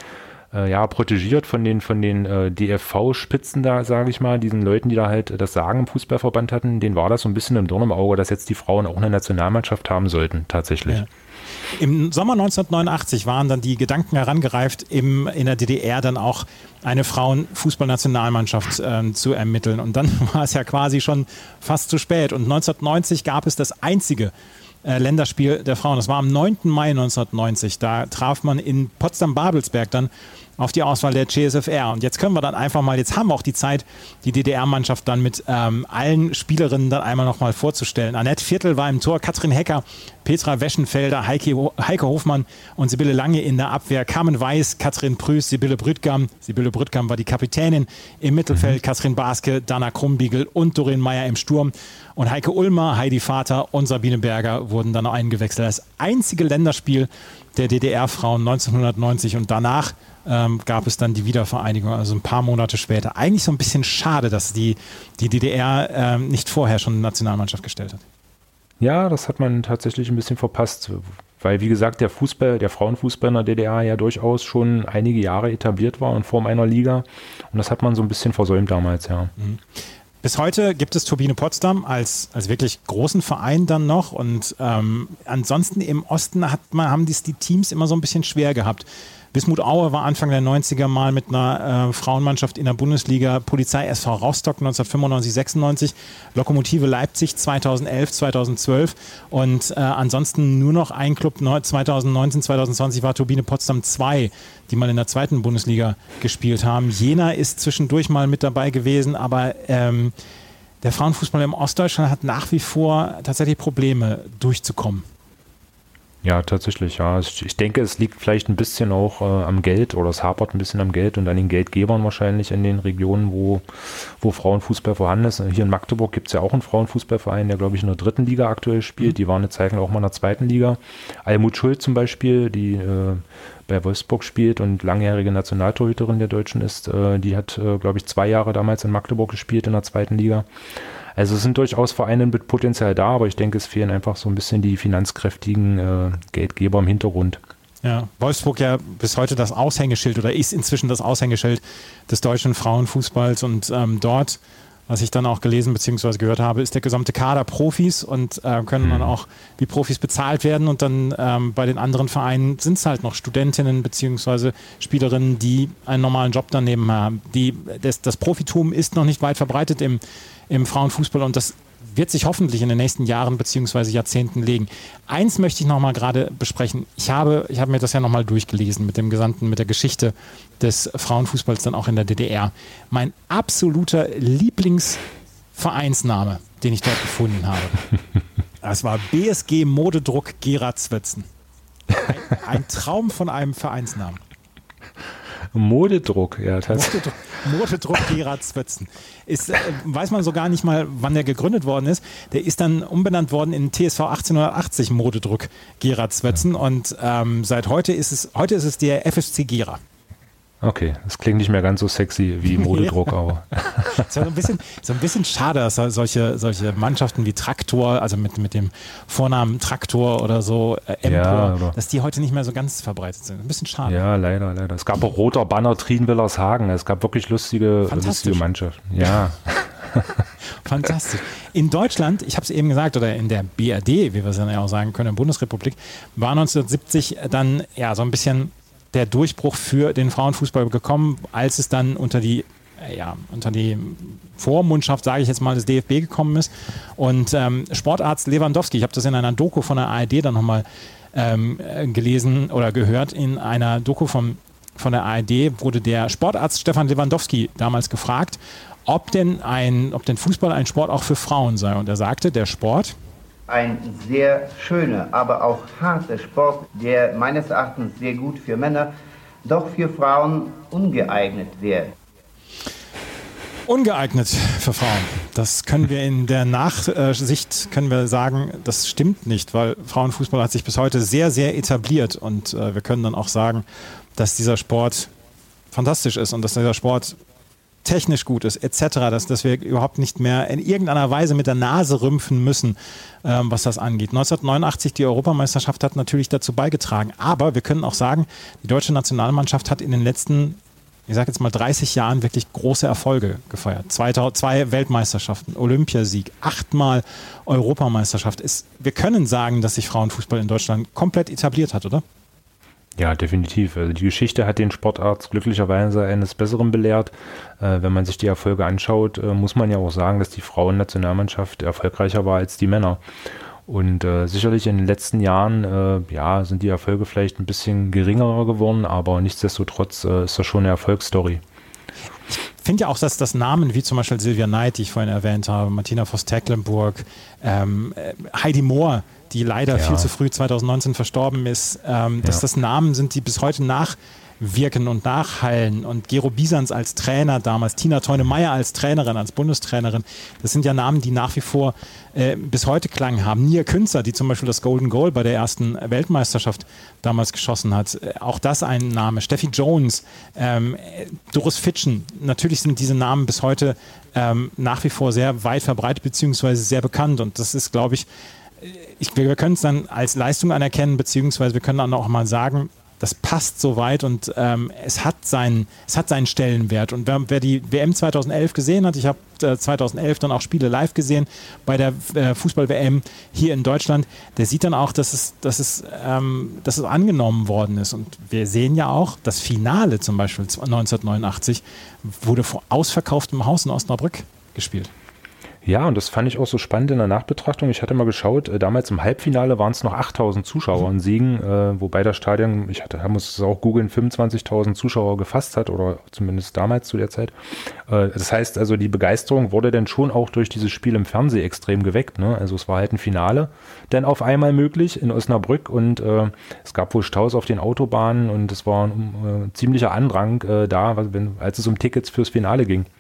protegiert von den DFV-Spitzen da, sage ich mal, diesen Leuten, die da halt das Sagen im Fußballverband hatten. Denen war das so ein bisschen im Dorn im Auge, dass jetzt die Frauen auch eine Nationalmannschaft haben sollten, tatsächlich. Ja. Im Sommer 1989 waren dann die Gedanken herangereift, in der DDR dann auch eine Frauenfußballnationalmannschaft zu ermitteln. Und dann war es ja quasi schon fast zu spät. Und 1990 gab es das einzige Länderspiel der Frauen. Das war am 9. Mai 1990. Da traf man in Potsdam-Babelsberg dann auf die Auswahl der CSFR. Und jetzt können wir dann einfach mal, jetzt haben wir auch die Zeit, die DDR-Mannschaft dann mit allen Spielerinnen dann einmal nochmal vorzustellen. Annette Viertel war im Tor, Katrin Hecker, Petra Weschenfelder, Heike Hofmann und Sibylle Lange in der Abwehr, Carmen Weiß, Katrin Prüß, Sibylle Brüttgam war die Kapitänin im Mittelfeld, Katrin Baske, Dana Krumbiegel und Doreen Meyer im Sturm und Heike Ulmer, Heidi Vater und Sabine Berger wurden dann noch eingewechselt. Das einzige Länderspiel der DDR-Frauen 1990 und danach gab es dann die Wiedervereinigung, also ein paar Monate später. Eigentlich so ein bisschen schade, dass die DDR nicht vorher schon eine Nationalmannschaft gestellt hat. Ja, das hat man tatsächlich ein bisschen verpasst, weil wie gesagt, der Frauenfußball in der DDR ja durchaus schon einige Jahre etabliert war in Form einer Liga und das hat man so ein bisschen versäumt damals, ja. Mhm. Bis heute gibt es Turbine Potsdam als wirklich großen Verein dann noch und ansonsten im Osten haben die Teams immer so ein bisschen schwer gehabt. Bismut Aue war Anfang der 90er mal mit einer Frauenmannschaft in der Bundesliga, Polizei SV Rostock 1995, 96, Lokomotive Leipzig 2011, 2012 und ansonsten nur noch ein Club 2019, 2020 war Turbine Potsdam 2, die mal in der zweiten Bundesliga gespielt haben. Jena ist zwischendurch mal mit dabei gewesen, aber der Frauenfußball im Ostdeutschland hat nach wie vor tatsächlich Probleme durchzukommen. Ja, tatsächlich, ja. Ich denke, es liegt vielleicht ein bisschen auch am Geld oder es hapert ein bisschen am Geld und an den Geldgebern wahrscheinlich in den Regionen, wo Frauenfußball vorhanden ist. Hier in Magdeburg gibt es ja auch einen Frauenfußballverein, der, glaube ich, in der 3. Liga aktuell spielt. Die waren eine Zeit lang auch mal in der 2. Liga. Almut Schuld zum Beispiel, die bei Wolfsburg spielt und langjährige Nationaltorhüterin der Deutschen ist, die hat, glaube ich, 2 Jahre damals in Magdeburg gespielt in der 2. Liga. Also es sind durchaus Vereine mit Potenzial da, aber ich denke, es fehlen einfach so ein bisschen die finanzkräftigen Geldgeber im Hintergrund. Ja, Wolfsburg ja bis heute das Aushängeschild oder ist inzwischen das Aushängeschild des deutschen Frauenfußballs und dort, was ich dann auch gelesen bzw. gehört habe, ist der gesamte Kader Profis und können dann auch wie Profis bezahlt werden und dann bei den anderen Vereinen sind es halt noch Studentinnen bzw. Spielerinnen, die einen normalen Job daneben haben. Das Profitum ist noch nicht weit verbreitet im Frauenfußball und das wird sich hoffentlich in den nächsten Jahren bzw. Jahrzehnten legen. Eins möchte ich noch mal gerade besprechen. Ich habe mir das ja noch mal durchgelesen mit der Geschichte des Frauenfußballs dann auch in der DDR. Mein absoluter Lieblingsvereinsname, den ich dort gefunden habe, das war BSG Modedruck Gera Zwötzen. Ein Traum von einem Vereinsnamen. Modedruck, ja. Modedruck Gera Zwötzen. Weiß man so gar nicht mal, wann der gegründet worden ist. Der ist dann umbenannt worden in TSV 1880 Modedruck Gera Zwötzen und seit heute ist es der FSC Gera. Okay, das klingt nicht mehr ganz so sexy wie Modedruck, aber. Es ist so ein bisschen schade, dass solche Mannschaften wie Traktor, also mit dem Vornamen Traktor oder so, Empor, dass die heute nicht mehr so ganz verbreitet sind. Ein bisschen schade. Ja, leider. Es gab auch Roter Banner Trienwillershagen. Es gab wirklich lustige Mannschaften. Ja. Fantastisch. In Deutschland, ich habe es eben gesagt, oder in der BRD, wie wir es dann ja auch sagen können, in der Bundesrepublik, war 1970 dann ja so ein bisschen der Durchbruch für den Frauenfußball gekommen, als es dann unter die Vormundschaft, sage ich jetzt mal, des DFB gekommen ist. Und Sportarzt Lewandowski, ich habe das in einer Doku von der ARD dann nochmal gelesen oder gehört, in einer Doku von der ARD wurde der Sportarzt Stefan Lewandowski damals gefragt, ob denn Fußball ein Sport auch für Frauen sei. Und er sagte, der Sport... Ein sehr schöner, aber auch harter Sport, der meines Erachtens sehr gut für Männer, doch für Frauen ungeeignet wäre. Ungeeignet für Frauen. Das können wir in der Nachsicht sagen, das stimmt nicht, weil Frauenfußball hat sich bis heute sehr, sehr etabliert und wir können dann auch sagen, dass dieser Sport fantastisch ist und dass dieser Sport technisch gut ist, etc., dass wir überhaupt nicht mehr in irgendeiner Weise mit der Nase rümpfen müssen, was das angeht. 1989, die Europameisterschaft hat natürlich dazu beigetragen, aber wir können auch sagen, die deutsche Nationalmannschaft hat in den letzten, ich sage jetzt mal 30 Jahren wirklich große Erfolge gefeiert. 2 Weltmeisterschaften, Olympiasieg, 8-mal Europameisterschaft. Wir können sagen, dass sich Frauenfußball in Deutschland komplett etabliert hat, oder? Ja, definitiv. Also die Geschichte hat den Sportarzt glücklicherweise eines Besseren belehrt. Wenn man sich die Erfolge anschaut, muss man ja auch sagen, dass die Frauennationalmannschaft erfolgreicher war als die Männer. Und sicherlich in den letzten Jahren sind die Erfolge vielleicht ein bisschen geringer geworden, aber nichtsdestotrotz ist das schon eine Erfolgsstory. Ich finde ja auch, dass das Namen wie zum Beispiel Silvia Neid, die ich vorhin erwähnt habe, Martina Voss-Tecklenburg, Heidi Mohr, die leider viel zu früh 2019 verstorben ist, dass das Namen sind, die bis heute nachwirken und nachhallen. Und Gero Bisanz als Trainer damals, Tina Teune-Meyer als Trainerin, als Bundestrainerin, das sind ja Namen, die nach wie vor bis heute Klang haben. Nia Künzer, die zum Beispiel das Golden Goal bei der ersten Weltmeisterschaft damals geschossen hat, auch das ein Name. Steffi Jones, Doris Fitschen, natürlich sind diese Namen bis heute nach wie vor sehr weit verbreitet beziehungsweise sehr bekannt und das ist, glaube ich, wir können es dann als Leistung anerkennen, beziehungsweise wir können dann auch mal sagen, das passt soweit und es hat seinen Stellenwert. Und wer die WM 2011 gesehen hat, ich habe 2011 dann auch Spiele live gesehen bei der Fußball-WM hier in Deutschland, der sieht dann auch, dass es angenommen worden ist. Und wir sehen ja auch, das Finale zum Beispiel 1989 wurde vor ausverkauftem Haus in Osnabrück gespielt. Ja, und das fand ich auch so spannend in der Nachbetrachtung. Ich hatte mal geschaut, damals im Halbfinale waren es noch 8.000 Zuschauer in Siegen, wobei das Stadion, muss es auch googeln, 25.000 Zuschauer gefasst hat oder zumindest damals zu der Zeit. Das heißt also, die Begeisterung wurde dann schon auch durch dieses Spiel im Fernsehen extrem geweckt. Ne? Also es war halt ein Finale dann auf einmal möglich in Osnabrück und es gab wohl Staus auf den Autobahnen und es war ein ziemlicher Andrang da, als es um Tickets fürs Finale ging.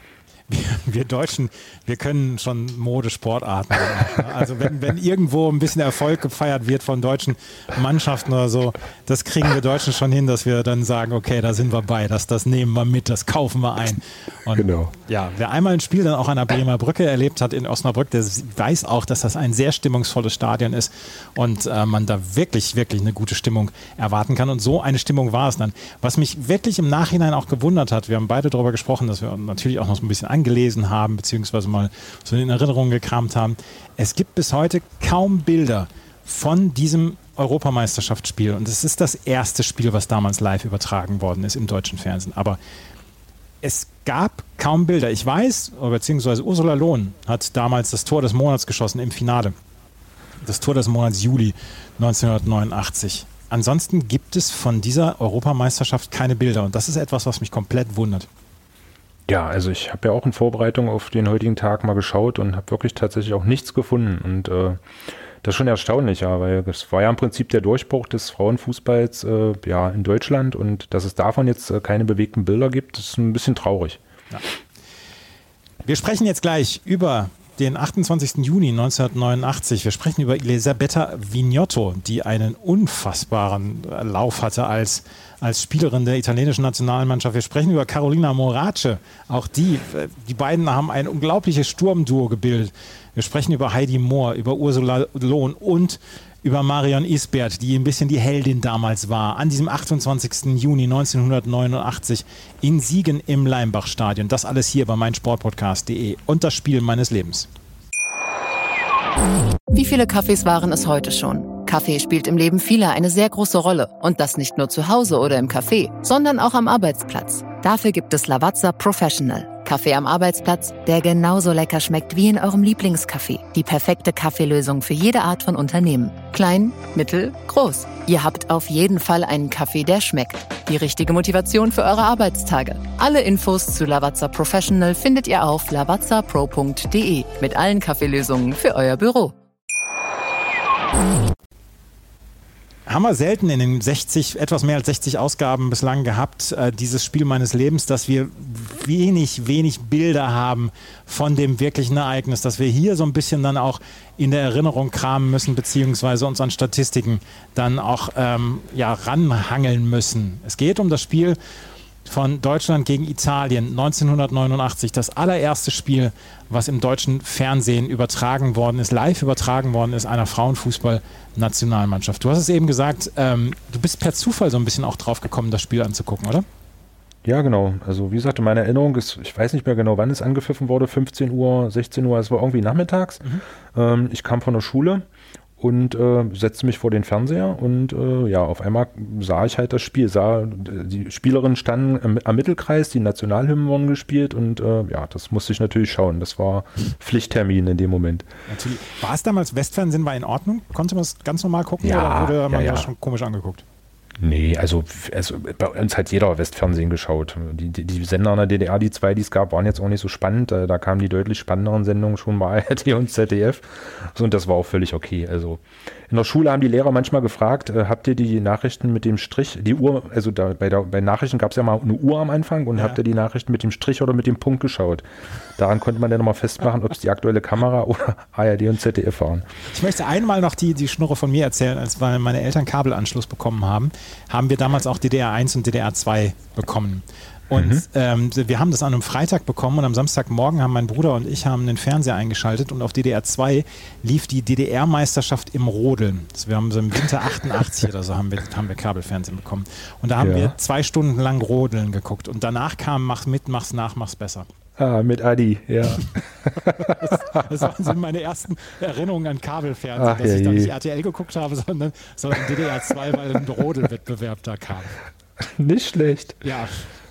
Wir Deutschen, wir können schon Modesportarten machen. Also wenn irgendwo ein bisschen Erfolg gefeiert wird von deutschen Mannschaften oder so, das kriegen wir Deutschen schon hin, dass wir dann sagen, okay, da sind wir bei, das nehmen wir mit, das kaufen wir ein. Und Genau. ja, wer einmal ein Spiel dann auch an der Bremer Brücke erlebt hat in Osnabrück, der weiß auch, dass das ein sehr stimmungsvolles Stadion ist und man da wirklich, wirklich eine gute Stimmung erwarten kann. Und so eine Stimmung war es dann. Was mich wirklich im Nachhinein auch gewundert hat, wir haben beide darüber gesprochen, dass wir natürlich auch noch so ein bisschen gelesen haben, beziehungsweise mal so in Erinnerungen gekramt haben. Es gibt bis heute kaum Bilder von diesem Europameisterschaftsspiel und es ist das erste Spiel, was damals live übertragen worden ist im deutschen Fernsehen. Aber es gab kaum Bilder. Ich weiß, beziehungsweise Ursula Lohn hat damals das Tor des Monats geschossen im Finale. Das Tor des Monats Juli 1989. Ansonsten gibt es von dieser Europameisterschaft keine Bilder und das ist etwas, was mich komplett wundert. Ja, also ich habe ja auch in Vorbereitung auf den heutigen Tag mal geschaut und habe wirklich tatsächlich auch nichts gefunden. Und das ist schon erstaunlich, ja, weil das war ja im Prinzip der Durchbruch des Frauenfußballs in Deutschland und dass es davon jetzt keine bewegten Bilder gibt, ist ein bisschen traurig. Ja. Wir sprechen jetzt gleich über den 28. Juni 1989. Wir sprechen über Elisabetta Vignotto, die einen unfassbaren Lauf hatte als Spielerin der italienischen Nationalmannschaft. Wir sprechen über Carolina Morace. Auch die beiden haben ein unglaubliches Sturmduo gebildet. Wir sprechen über Heidi Mohr, über Ursula Lohn und über Marion Isbert, die ein bisschen die Heldin damals war, an diesem 28. Juni 1989 in Siegen im Leimbach-Stadion. Das alles hier bei meinsportpodcast.de und das Spiel meines Lebens. Wie viele Kaffees waren es heute schon? Kaffee spielt im Leben vieler eine sehr große Rolle. Und das nicht nur zu Hause oder im Café, sondern auch am Arbeitsplatz. Dafür gibt es Lavazza Professional. Kaffee am Arbeitsplatz, der genauso lecker schmeckt wie in eurem Lieblingscafé. Die perfekte Kaffeelösung für jede Art von Unternehmen. Klein, mittel, groß. Ihr habt auf jeden Fall einen Kaffee, der schmeckt. Die richtige Motivation für eure Arbeitstage. Alle Infos zu Lavazza Professional findet ihr auf lavazzapro.de mit allen Kaffeelösungen für euer Büro. Haben wir selten in den etwas mehr als 60 Ausgaben bislang gehabt, dieses Spiel meines Lebens, dass wir wenig Bilder haben von dem wirklichen Ereignis, dass wir hier so ein bisschen dann auch in der Erinnerung kramen müssen, beziehungsweise uns an Statistiken dann auch ranhangeln müssen. Es geht um das Spiel von Deutschland gegen Italien 1989, das allererste Spiel, was im deutschen Fernsehen übertragen worden ist, live übertragen worden ist, einer Frauenfußball-Nationalmannschaft. Du hast es eben gesagt, du bist per Zufall so ein bisschen auch drauf gekommen, das Spiel anzugucken, oder? Ja, genau. Also wie gesagt, meine Erinnerung ist, ich weiß nicht mehr genau, wann es angepfiffen wurde, 15 Uhr, 16 Uhr, es war irgendwie nachmittags. Ich kam von der Schule und setzte mich vor den Fernseher und auf einmal sah ich halt das Spiel, die Spielerinnen standen am Mittelkreis, die Nationalhymnen wurden gespielt und das musste ich natürlich schauen. Das war Pflichttermin in dem Moment. Natürlich. War es damals, Westfernsehen war in Ordnung? Konnte man es ganz normal gucken oder wurde man da schon komisch angeguckt? Nee, also bei uns hat jeder Westfernsehen geschaut. Die Sender in der DDR, die zwei, die es gab, waren jetzt auch nicht so spannend. Da kamen die deutlich spannenderen Sendungen schon bei ARD und ZDF. So, und das war auch völlig okay. Also in der Schule haben die Lehrer manchmal gefragt, habt ihr die Nachrichten mit dem Strich, die Uhr, also bei Nachrichten gab es ja mal eine Uhr am Anfang und habt ihr die Nachrichten mit dem Strich oder mit dem Punkt geschaut? Daran konnte man dann nochmal festmachen, ob es die aktuelle Kamera oder ARD und ZDF waren. Ich möchte einmal noch die Schnurre von mir erzählen, als meine Eltern Kabelanschluss bekommen haben wir damals auch DDR 1 und DDR 2 bekommen. Und wir haben das an einem Freitag bekommen und am Samstagmorgen haben mein Bruder und ich den Fernseher eingeschaltet und auf DDR 2 lief die DDR-Meisterschaft im Rodeln. Wir haben so im Winter 88 oder so haben wir Kabelfernsehen bekommen. Und da haben wir 2 Stunden lang Rodeln geguckt und danach kam Mach's mit, mach's nach, mach's besser. Ah, mit Adi, ja. Das waren meine ersten Erinnerungen an Kabelfernsehen, dass ich da nicht RTL geguckt habe, sondern DDR 2, weil ein Rodelwettbewerb da kam. Nicht schlecht. Ja.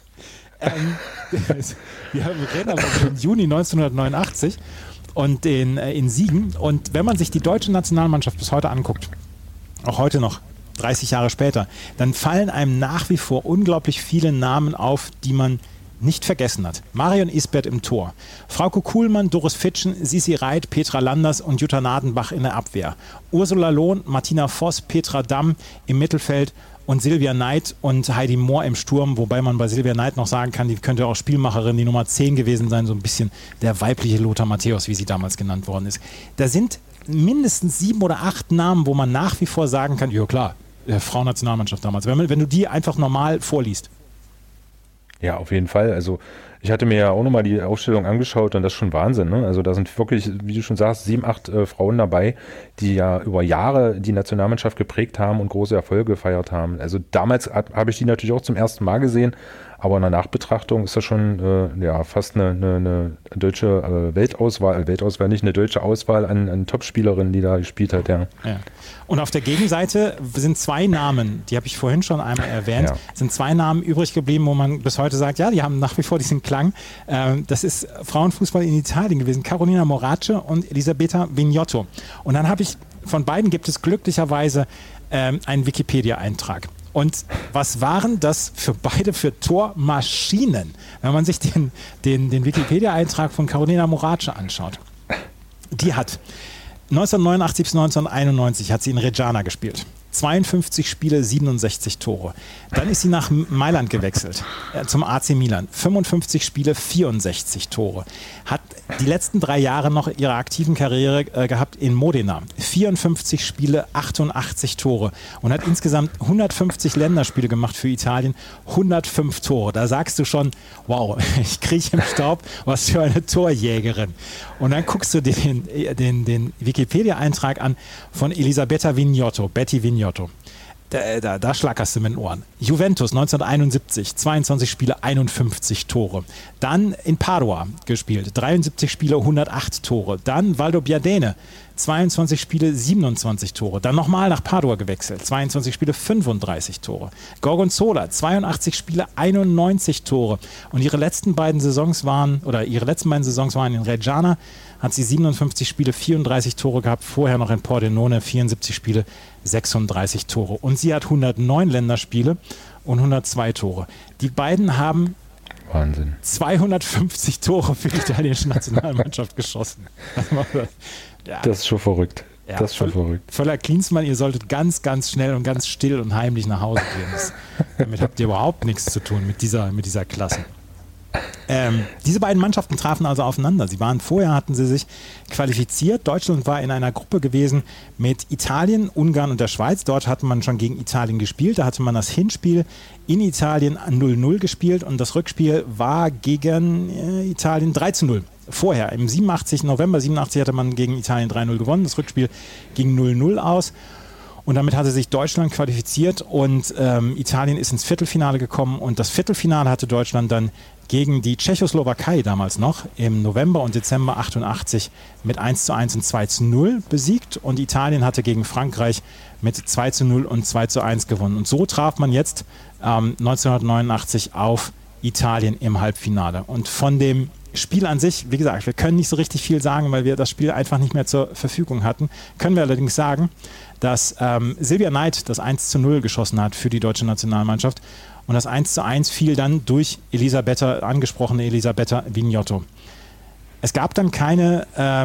Wir reden aber über den Juni 1989 und in Siegen. Und wenn man sich die deutsche Nationalmannschaft bis heute anguckt, auch heute noch, 30 Jahre später, dann fallen einem nach wie vor unglaublich viele Namen auf, die man nicht vergessen hat. Marion Isbert im Tor, Frauke Kuhlmann, Doris Fitschen, Sissi Reit, Petra Landers und Jutta Nadenbach in der Abwehr, Ursula Lohn, Martina Voss, Petra Damm im Mittelfeld und Silvia Neid und Heidi Mohr im Sturm, wobei man bei Silvia Neid noch sagen kann, die könnte auch Spielmacherin, die Nummer 10 gewesen sein, so ein bisschen der weibliche Lothar Matthäus, wie sie damals genannt worden ist. Da sind mindestens 7 oder 8 Namen, wo man nach wie vor sagen kann, ja klar, Frauennationalmannschaft damals, wenn du die einfach normal vorliest. Ja, auf jeden Fall. Also ich hatte mir ja auch nochmal die Aufstellung angeschaut und das ist schon Wahnsinn. Ne? Also da sind wirklich, wie du schon sagst, 7, 8 Frauen dabei, die ja über Jahre die Nationalmannschaft geprägt haben und große Erfolge gefeiert haben. Also damals habe ich die natürlich auch zum ersten Mal gesehen, aber in der Nachbetrachtung ist das schon fast eine deutsche Weltauswahl nicht, eine deutsche Auswahl an Topspielerinnen, die da gespielt hat. Ja. Ja. Und auf der Gegenseite sind 2 Namen, die habe ich vorhin schon einmal erwähnt, sind 2 Namen übrig geblieben, wo man bis heute sagt, ja, die haben nach wie vor diesen Klang. Das ist Frauenfußball in Italien gewesen, Carolina Morace und Elisabetta Vignotto. Und dann habe ich, von beiden gibt es glücklicherweise einen Wikipedia-Eintrag. Und was waren das für beide für Tormaschinen, wenn man sich den Wikipedia-Eintrag von Carolina Morace anschaut? Die hat 1989 bis 1991 hat sie in Reggiana gespielt. 52 Spiele, 67 Tore. Dann ist sie nach Mailand gewechselt, zum AC Milan. 55 Spiele, 64 Tore. Hat die letzten 3 Jahre noch ihre aktiven Karriere gehabt in Modena. 54 Spiele, 88 Tore. Und hat insgesamt 150 Länderspiele gemacht für Italien, 105 Tore. Da sagst du schon, wow, ich krieche im Staub, was für eine Torjägerin. Und dann guckst du dir den Wikipedia-Eintrag an von Elisabetta Vignotto, Betty Vignotto. Da schlackerst du mit den Ohren. Juventus 1971, 22 Spiele, 51 Tore. Dann in Padua gespielt, 73 Spiele, 108 Tore. Dann Valdobbiadene, 22 Spiele, 27 Tore. Dann nochmal nach Padua gewechselt, 22 Spiele, 35 Tore. Gorgonzola, 82 Spiele, 91 Tore. Und ihre letzten beiden Saisons waren in Reggiana, hat sie 57 Spiele, 34 Tore gehabt, vorher noch in Pordenone 74 Spiele, 36 Tore. Und sie hat 109 Länderspiele und 102 Tore. Die beiden haben Wahnsinn. 250 Tore für die italienische Nationalmannschaft geschossen. Ja. Das ist schon verrückt. Ja, das ist schon verrückt. Völler Klinsmann, ihr solltet ganz, ganz schnell und ganz still und heimlich nach Hause gehen. Damit habt ihr überhaupt nichts zu tun mit dieser Klasse. Diese beiden Mannschaften trafen also aufeinander. Vorher hatten sie sich qualifiziert. Deutschland war in einer Gruppe gewesen mit Italien, Ungarn und der Schweiz. Dort hatte man schon gegen Italien gespielt. Da hatte man das Hinspiel in Italien 0-0 gespielt und das Rückspiel war gegen Italien 3-0. Vorher, im November 87 hatte man gegen Italien 3-0 gewonnen. Das Rückspiel ging 0-0 aus. Und damit hatte sich Deutschland qualifiziert und Italien ist ins Viertelfinale gekommen. Und das Viertelfinale hatte Deutschland dann gegen die Tschechoslowakei damals noch im November und Dezember 88 mit 1:1 und 2:0 besiegt. Und Italien hatte gegen Frankreich mit 2:0 und 2:1 gewonnen. Und so traf man jetzt 1989 auf Italien im Halbfinale. Und von dem Spiel an sich, wie gesagt, wir können nicht so richtig viel sagen, weil wir das Spiel einfach nicht mehr zur Verfügung hatten. Können wir allerdings sagen, dass Silvia Neid das 1:0 geschossen hat für die deutsche Nationalmannschaft und das 1:1 fiel dann durch angesprochene Elisabetta Vignotto. Es gab dann keine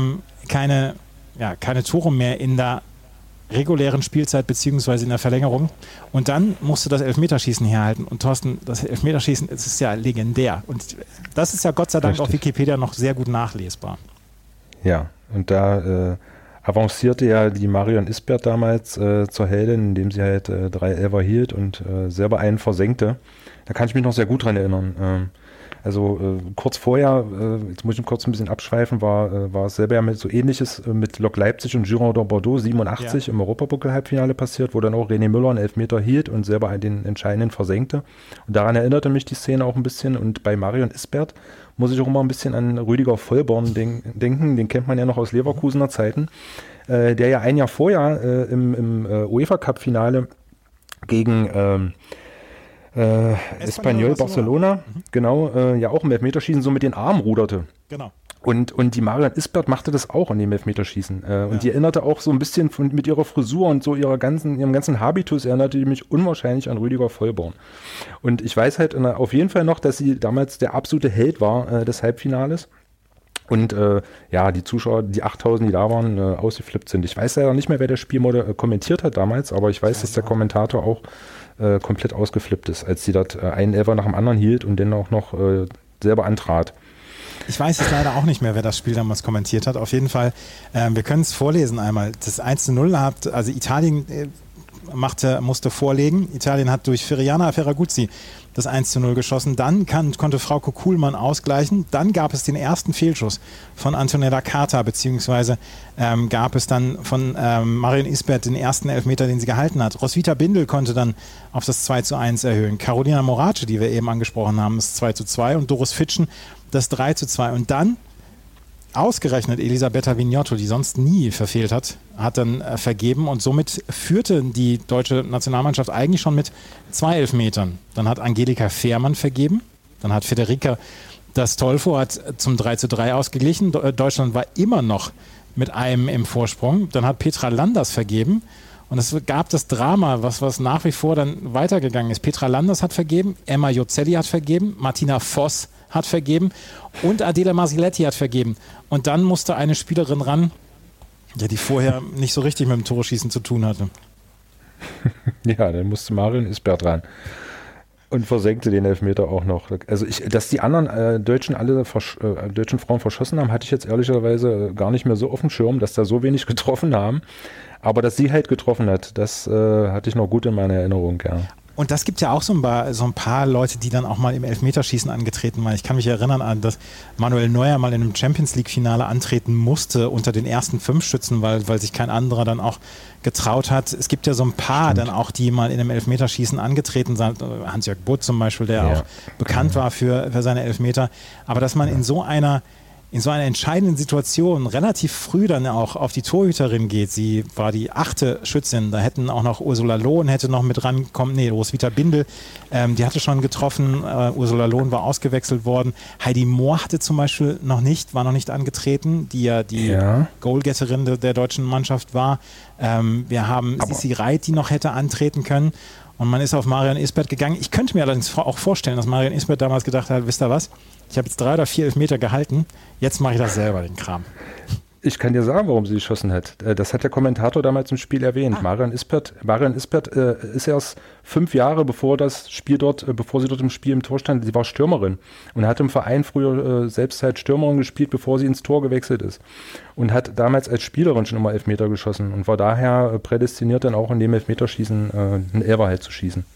Tore mehr in der regulären Spielzeit beziehungsweise in der Verlängerung und dann musste das Elfmeterschießen herhalten und Thorsten, das Elfmeterschießen, das ist ja legendär und das ist ja Gott sei Dank auf Wikipedia noch sehr gut nachlesbar. Ja, und da avancierte ja die Marion Isbert damals zur Heldin, indem sie halt 3 Elfer hielt und selber einen versenkte. Da kann ich mich noch sehr gut dran erinnern. Kurz vorher, jetzt muss ich kurz ein bisschen abschweifen, war es selber ja mit so Ähnliches mit Lok Leipzig und Girondin Bordeaux 87 im Europapokal-Halbfinale passiert, wo dann auch René Müller einen Elfmeter hielt und selber den entscheidenden versenkte. Und daran erinnerte mich die Szene auch ein bisschen. Und bei Marion Isbert muss ich auch immer ein bisschen an Rüdiger Vollborn denken. Den kennt man ja noch aus Leverkusener Zeiten, der ja ein Jahr vorher im UEFA-Cup-Finale gegen Espanyol Barcelona, genau, ja auch im Elfmeterschießen so mit den Armen ruderte. Genau. Und die Marion Isbert machte das auch in dem Elfmeterschießen. Und die erinnerte auch so ein bisschen mit ihrer Frisur und so ihrem ganzen Habitus, erinnerte die mich unwahrscheinlich an Rüdiger Vollborn. Und ich weiß halt auf jeden Fall noch, dass sie damals der absolute Held war des Halbfinales. Und die Zuschauer, die 8000, die da waren, ausgeflippt sind. Ich weiß ja nicht mehr, wer das Spiel kommentiert hat damals, aber ich weiß, dass der Kommentator auch komplett ausgeflippt ist, als sie dort einen Elfer nach dem anderen hielt und den auch noch selber antrat. Ich weiß jetzt leider auch nicht mehr, wer das Spiel damals kommentiert hat. Auf jeden Fall, wir können es vorlesen einmal. Das 1:0 hat, also Italien musste vorlegen. Italien hat durch Feriana Ferraguzzi das 1:0 geschossen. Dann konnte Frauke Kuhlmann ausgleichen. Dann gab es den ersten Fehlschuss von Antonella Carta, beziehungsweise gab es dann von Marion Isbert den ersten Elfmeter, den sie gehalten hat. Roswitha Bindel konnte dann auf das 2:1 erhöhen. Carolina Morace, die wir eben angesprochen haben, das 2:2 und Doris Fitschen das 3:2. Und dann ausgerechnet Elisabetta Vignotto, die sonst nie verfehlt hat, hat dann vergeben und somit führte die deutsche Nationalmannschaft eigentlich schon mit 2 Elfmetern. Dann hat Angelika Fehrmann vergeben, dann hat Federica D'Astolfo hat zum 3:3 ausgeglichen. Deutschland war immer noch mit einem im Vorsprung. Dann hat Petra Landers vergeben und es gab das Drama, was nach wie vor dann weitergegangen ist. Petra Landers hat vergeben, Emma Jozelli hat vergeben, Martina Voss hat vergeben und Adela Marsiletti hat vergeben. Und dann musste eine Spielerin ran, die vorher nicht so richtig mit dem Tore-Schießen zu tun hatte. Ja, dann musste Marion Isbert ran. Und versenkte den Elfmeter auch noch. Also dass die anderen deutschen Frauen verschossen haben, hatte ich jetzt ehrlicherweise gar nicht mehr so auf dem Schirm, dass da so wenig getroffen haben. Aber dass sie halt getroffen hat, das hatte ich noch gut in meiner Erinnerung, ja. Und das gibt ja auch so ein paar Leute, die dann auch mal im Elfmeterschießen angetreten waren. Ich kann mich erinnern an, dass Manuel Neuer mal in einem Champions-League-Finale antreten musste unter den ersten 5 Schützen, weil sich kein anderer dann auch getraut hat. Es gibt ja so ein paar dann auch, die mal in einem Elfmeterschießen angetreten sind. Hans-Jörg Butt zum Beispiel, der auch bekannt war für seine Elfmeter. Aber dass man in so einer entscheidenden Situation relativ früh dann auch auf die Torhüterin geht. Sie war die 8. Schützin. Da hätten auch noch Ursula Lohn hätte noch mit rankommen. Nee, Roswitha Bindel, die hatte schon getroffen. Ursula Lohn war ausgewechselt worden. Heidi Mohr hatte zum Beispiel war noch nicht angetreten, die ja die Goalgetterin der deutschen Mannschaft war. Wir haben Sissi Reit, die noch hätte antreten können. Und man ist auf Marion Isbert gegangen. Ich könnte mir allerdings auch vorstellen, dass Marion Isbert damals gedacht hat, wisst ihr was? Ich habe jetzt 3 oder 4 Elfmeter gehalten, jetzt mache ich das selber, den Kram. Ich kann dir sagen, warum sie geschossen hat. Das hat der Kommentator damals im Spiel erwähnt. Marion Isbert ist erst 5 Jahre bevor sie dort im Spiel im Tor stand, sie war Stürmerin und hat im Verein früher selbst halt Stürmerin gespielt, bevor sie ins Tor gewechselt ist. Und hat damals als Spielerin schon immer Elfmeter geschossen und war daher prädestiniert, dann auch in dem Elfmeterschießen einen Elfer halt zu schießen.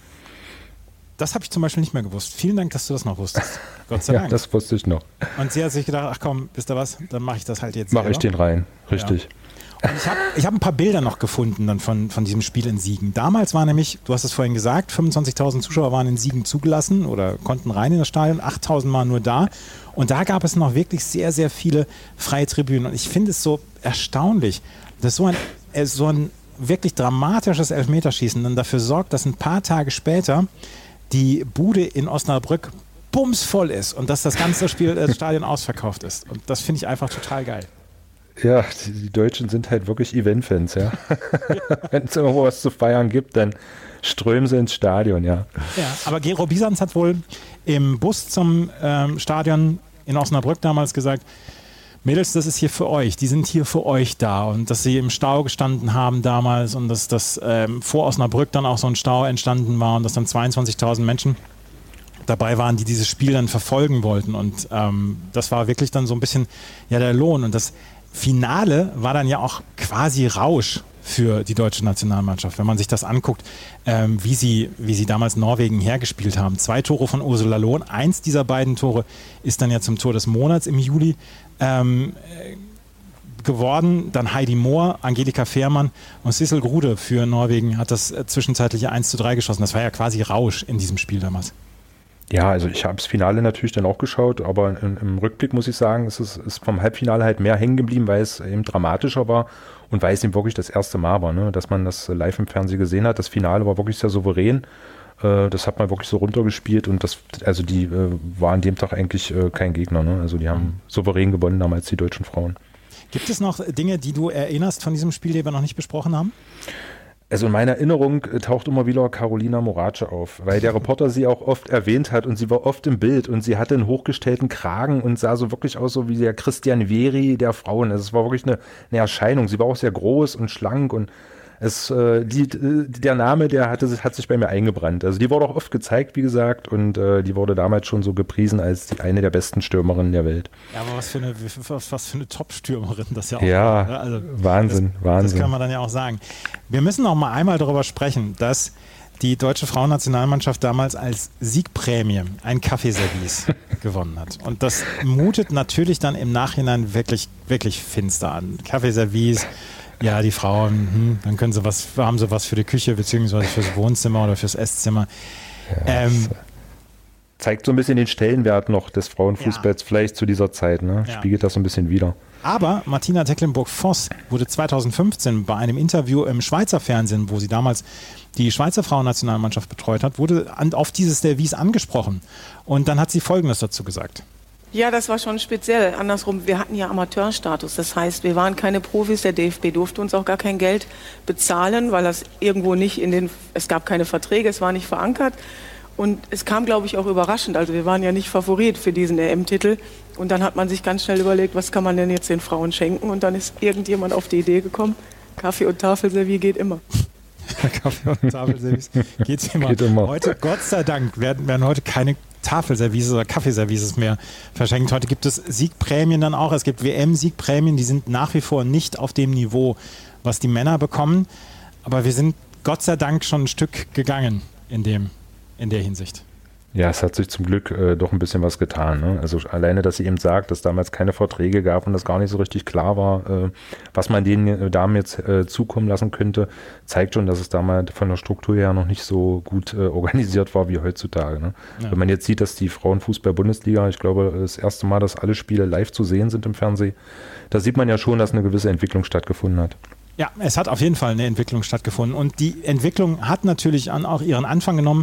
Das habe ich zum Beispiel nicht mehr gewusst. Vielen Dank, dass du das noch wusstest. Gott sei Dank. Ja, das wusste ich noch. Und sie hat sich gedacht, ach komm, wisst ihr was, dann mache ich das halt jetzt selber. Mache ich den rein, richtig. Ja. Und ich hab ein paar Bilder noch gefunden dann von diesem Spiel in Siegen. Damals war nämlich, du hast es vorhin gesagt, 25.000 Zuschauer waren in Siegen zugelassen oder konnten rein in das Stadion, 8.000 waren nur da. Und da gab es noch wirklich sehr, sehr viele freie Tribünen. Und ich finde es so erstaunlich, dass so ein wirklich dramatisches Elfmeterschießen dann dafür sorgt, dass ein paar Tage später die Bude in Osnabrück bumsvoll ist und dass das ganze Stadion ausverkauft ist. Und das finde ich einfach total geil. Ja, die Deutschen sind halt wirklich Eventfans, ja. Wenn es irgendwo was zu feiern gibt, dann strömen sie ins Stadion, ja. Ja, aber Gero Bisanz hat wohl im Bus zum Stadion in Osnabrück damals gesagt, Mädels, das ist hier für euch, die sind hier für euch da und dass sie im Stau gestanden haben damals und dass vor Osnabrück dann auch so ein Stau entstanden war und dass dann 22.000 Menschen dabei waren, die dieses Spiel dann verfolgen wollten und das war wirklich dann so ein bisschen der Lohn und das Finale war dann ja auch quasi Rausch für die deutsche Nationalmannschaft, wenn man sich das anguckt, wie sie damals Norwegen hergespielt haben. 2 Tore von Ursula Lohn, 1 dieser beiden Tore ist dann ja zum Tor des Monats im Juli geworden. Dann Heidi Mohr, Angelika Fehrmann und Sissel Grude für Norwegen hat das zwischenzeitliche 1:3 geschossen. Das war ja quasi Rausch in diesem Spiel damals. Ja, also ich habe das Finale natürlich dann auch geschaut, aber im Rückblick muss ich sagen, es ist vom Halbfinale halt mehr hängen geblieben, weil es eben dramatischer war und weil es eben wirklich das erste Mal war, ne, dass man das live im Fernsehen gesehen hat. Das Finale war wirklich sehr souverän. Das hat man wirklich so runtergespielt und die war an dem Tag eigentlich kein Gegner. Ne? Also die haben souverän gewonnen damals, die deutschen Frauen. Gibt es noch Dinge, die du erinnerst von diesem Spiel, die wir noch nicht besprochen haben? Also in meiner Erinnerung taucht immer wieder Carolina Morace auf, weil der Reporter sie auch oft erwähnt hat und sie war oft im Bild und sie hatte einen hochgestellten Kragen und sah so wirklich aus so wie der Christian Vieri der Frauen. Also es war wirklich eine Erscheinung. Sie war auch sehr groß und schlank und der Name, hat sich bei mir eingebrannt. Also die wurde auch oft gezeigt, wie gesagt, und die wurde damals schon so gepriesen als eine der besten Stürmerinnen der Welt. Ja, aber was für eine Top-Stürmerin das ja auch war. Ja, also Wahnsinn. Das kann man dann ja auch sagen. Wir müssen noch mal einmal darüber sprechen, dass die deutsche Frauennationalmannschaft damals als Siegprämie ein Kaffeeservice gewonnen hat. Und das mutet natürlich dann im Nachhinein wirklich, wirklich finster an. Kaffeeservice. Ja, die Frauen, dann haben sie was für die Küche beziehungsweise fürs Wohnzimmer oder fürs Esszimmer. Ja, zeigt so ein bisschen den Stellenwert noch des Frauenfußballs vielleicht zu dieser Zeit, ne? Spiegelt das so ein bisschen wider. Aber Martina Tecklenburg-Voss wurde 2015 bei einem Interview im Schweizer Fernsehen, wo sie damals die Schweizer Frauennationalmannschaft betreut hat, wurde auf dieses Service angesprochen. Und dann hat sie Folgendes dazu gesagt. Ja, das war schon speziell. Andersrum, wir hatten ja Amateurstatus. Das heißt, wir waren keine Profis. Der DFB durfte uns auch gar kein Geld bezahlen, weil das irgendwo nicht es gab keine Verträge, es war nicht verankert. Und es kam, glaube ich, auch überraschend. Also wir waren ja nicht Favorit für diesen EM-Titel. Und dann hat man sich ganz schnell überlegt, was kann man denn jetzt den Frauen schenken? Und dann ist irgendjemand auf die Idee gekommen, Kaffee- und Tafelservice geht immer. Kaffee- und Tafelservice geht immer. Heute, Gott sei Dank, werden heute keine Tafelservices oder Kaffeeservices mehr verschenkt. Heute gibt es Siegprämien dann auch. Es gibt WM-Siegprämien, die sind nach wie vor nicht auf dem Niveau, was die Männer bekommen. Aber wir sind Gott sei Dank schon ein Stück gegangen in der Hinsicht. Ja, es hat sich zum Glück doch ein bisschen was getan. Ne? Also alleine, dass sie eben sagt, dass damals keine Verträge gab und das gar nicht so richtig klar war, was man den Damen jetzt zukommen lassen könnte, zeigt schon, dass es damals von der Struktur her noch nicht so gut organisiert war wie heutzutage. Ne? Ja. Wenn man jetzt sieht, dass die Frauenfußball-Bundesliga, ich glaube, das erste Mal, dass alle Spiele live zu sehen sind im Fernsehen, da sieht man ja schon, dass eine gewisse Entwicklung stattgefunden hat. Ja, es hat auf jeden Fall eine Entwicklung stattgefunden und die Entwicklung hat natürlich auch ihren Anfang genommen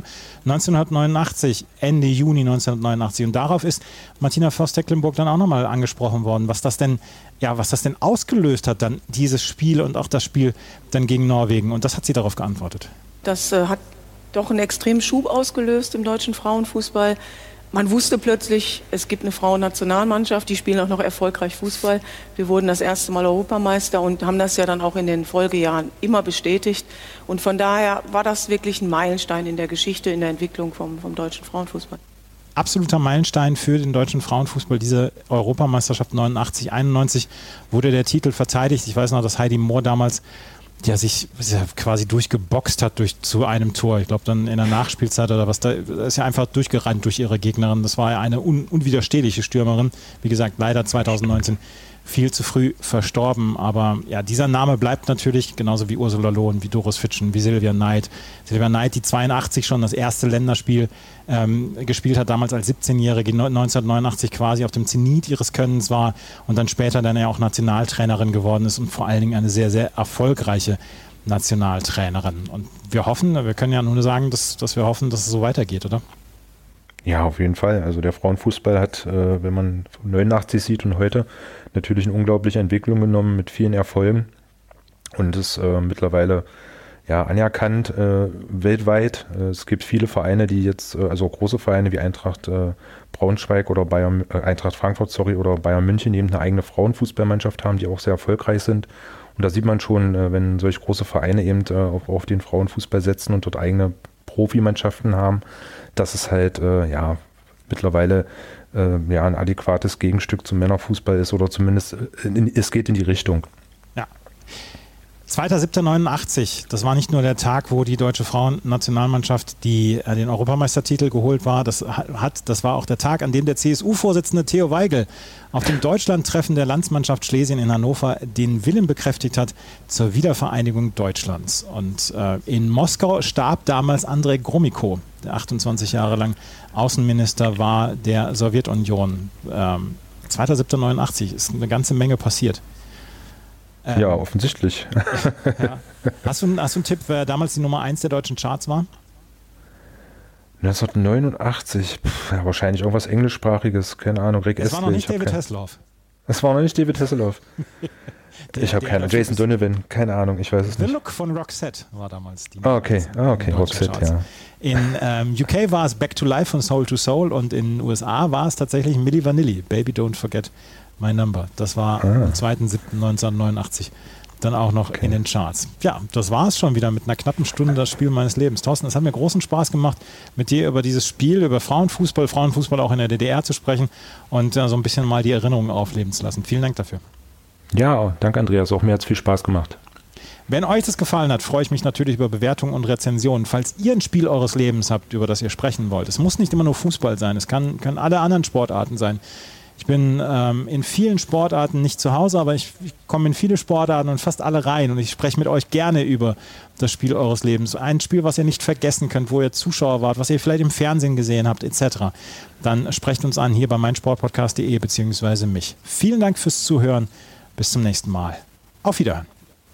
1989, Ende Juni 1989 und darauf ist Martina Voss-Tecklenburg dann auch nochmal angesprochen worden, was das denn ausgelöst hat, dann dieses Spiel und auch das Spiel dann gegen Norwegen und das hat sie darauf geantwortet. Das hat doch einen extremen Schub ausgelöst im deutschen Frauenfußball. Man wusste plötzlich, es gibt eine Frauennationalmannschaft, die spielen auch noch erfolgreich Fußball. Wir wurden das erste Mal Europameister und haben das ja dann auch in den Folgejahren immer bestätigt. Und von daher war das wirklich ein Meilenstein in der Geschichte, in der Entwicklung vom deutschen Frauenfußball. Absoluter Meilenstein für den deutschen Frauenfußball. Diese Europameisterschaft 89, 91 wurde der Titel verteidigt. Ich weiß noch, dass Heidi Mohr damals sich quasi durchgeboxt hat zu einem Tor. Ich glaube dann in der Nachspielzeit oder was, da ist ja einfach durchgerannt durch ihre Gegnerin. Das war ja eine unwiderstehliche Stürmerin. Wie gesagt, leider 2019 viel zu früh verstorben. Aber ja, dieser Name bleibt natürlich, genauso wie Ursula Lohn, wie Doris Fitschen, wie Silvia Neid. Silvia Neid, die 82 schon das erste Länderspiel gespielt hat, damals als 17-Jährige, 1989 quasi auf dem Zenit ihres Könnens war und dann später dann ja auch Nationaltrainerin geworden ist und vor allen Dingen eine sehr, sehr erfolgreiche Nationaltrainerin. Und wir können ja nur sagen, dass wir hoffen, dass es so weitergeht, oder? Ja, auf jeden Fall. Also der Frauenfußball hat, wenn man 89 sieht und heute, natürlich eine unglaubliche Entwicklung genommen mit vielen Erfolgen und ist mittlerweile anerkannt weltweit. Es gibt viele Vereine, die jetzt, also große Vereine wie Eintracht Braunschweig oder Eintracht Frankfurt, oder Bayern München, die eben eine eigene Frauenfußballmannschaft haben, die auch sehr erfolgreich sind. Und da sieht man schon, wenn solche große Vereine eben auf den Frauenfußball setzen und dort eigene Profimannschaften haben, dass es halt mittlerweile ein adäquates Gegenstück zum Männerfußball ist oder zumindest es geht in die Richtung. Ja. 2.7.89, das war nicht nur der Tag, wo die deutsche Frauennationalmannschaft den Europameistertitel geholt war, das war auch der Tag, an dem der CSU-Vorsitzende Theo Weigel auf dem Deutschlandtreffen der Landsmannschaft Schlesien in Hannover den Willen bekräftigt hat zur Wiedervereinigung Deutschlands. Und in Moskau starb damals Andrei Gromyko, der 28 Jahre lang Außenminister war der Sowjetunion. 2.7.89 ist eine ganze Menge passiert. Ja, offensichtlich. Ja. Hast du einen Tipp, wer damals die Nummer 1 der deutschen Charts war? 1989, wahrscheinlich irgendwas Englischsprachiges, keine Ahnung. Es war noch nicht David Hasselhoff. Das war noch nicht David Hasselhoff. Ich habe keine Ahnung. Jason Donovan, keine Ahnung, ich weiß es nicht. The Look von Roxette war damals die. Okay, Roxette, ja. In UK war es Back to Life von Soul to Soul und in den USA war es tatsächlich Milli Vanilli, Baby Don't Forget My Number. Das war am 2.7.1989 dann auch noch in den Charts. Ja, das war es schon wieder mit einer knappen Stunde, das Spiel meines Lebens. Thorsten, es hat mir großen Spaß gemacht, mit dir über dieses Spiel, über Frauenfußball auch in der DDR zu sprechen und so ein bisschen mal die Erinnerungen aufleben zu lassen. Vielen Dank dafür. Ja, danke Andreas, auch mir hat es viel Spaß gemacht. Wenn euch das gefallen hat, freue ich mich natürlich über Bewertungen und Rezensionen. Falls ihr ein Spiel eures Lebens habt, über das ihr sprechen wollt, es muss nicht immer nur Fußball sein, es können alle anderen Sportarten sein. Ich bin in vielen Sportarten nicht zu Hause, aber ich komme in viele Sportarten und fast alle rein und ich spreche mit euch gerne über das Spiel eures Lebens. Ein Spiel, was ihr nicht vergessen könnt, wo ihr Zuschauer wart, was ihr vielleicht im Fernsehen gesehen habt, etc. Dann sprecht uns an hier bei meinsportpodcast.de bzw. mich. Vielen Dank fürs Zuhören. Bis zum nächsten Mal. Auf Wiederhören.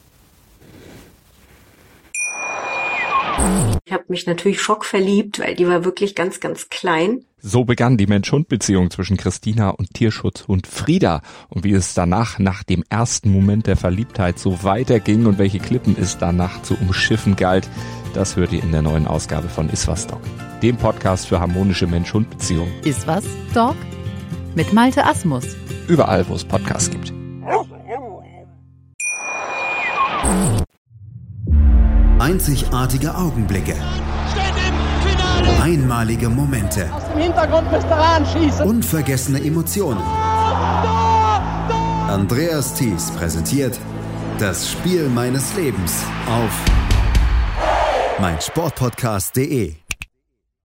Ich habe mich natürlich schockverliebt, weil die war wirklich ganz, ganz klein. So begann die Mensch-Hund-Beziehung zwischen Christina und Tierschutzhund Frieda. Und wie es danach, nach dem ersten Moment der Verliebtheit, so weiterging und welche Klippen es danach zu umschiffen galt, das hört ihr in der neuen Ausgabe von Iswas Dog, dem Podcast für harmonische Mensch-Hund-Beziehungen. Iswas Dog mit Malte Asmus. Überall, wo es Podcasts gibt. Einzigartige Augenblicke. Einmalige Momente. Aus dem Hintergrund müsst ihr anschießen. Unvergessene Emotionen. Andreas Thies präsentiert das Spiel meines Lebens auf meinsportpodcast.de.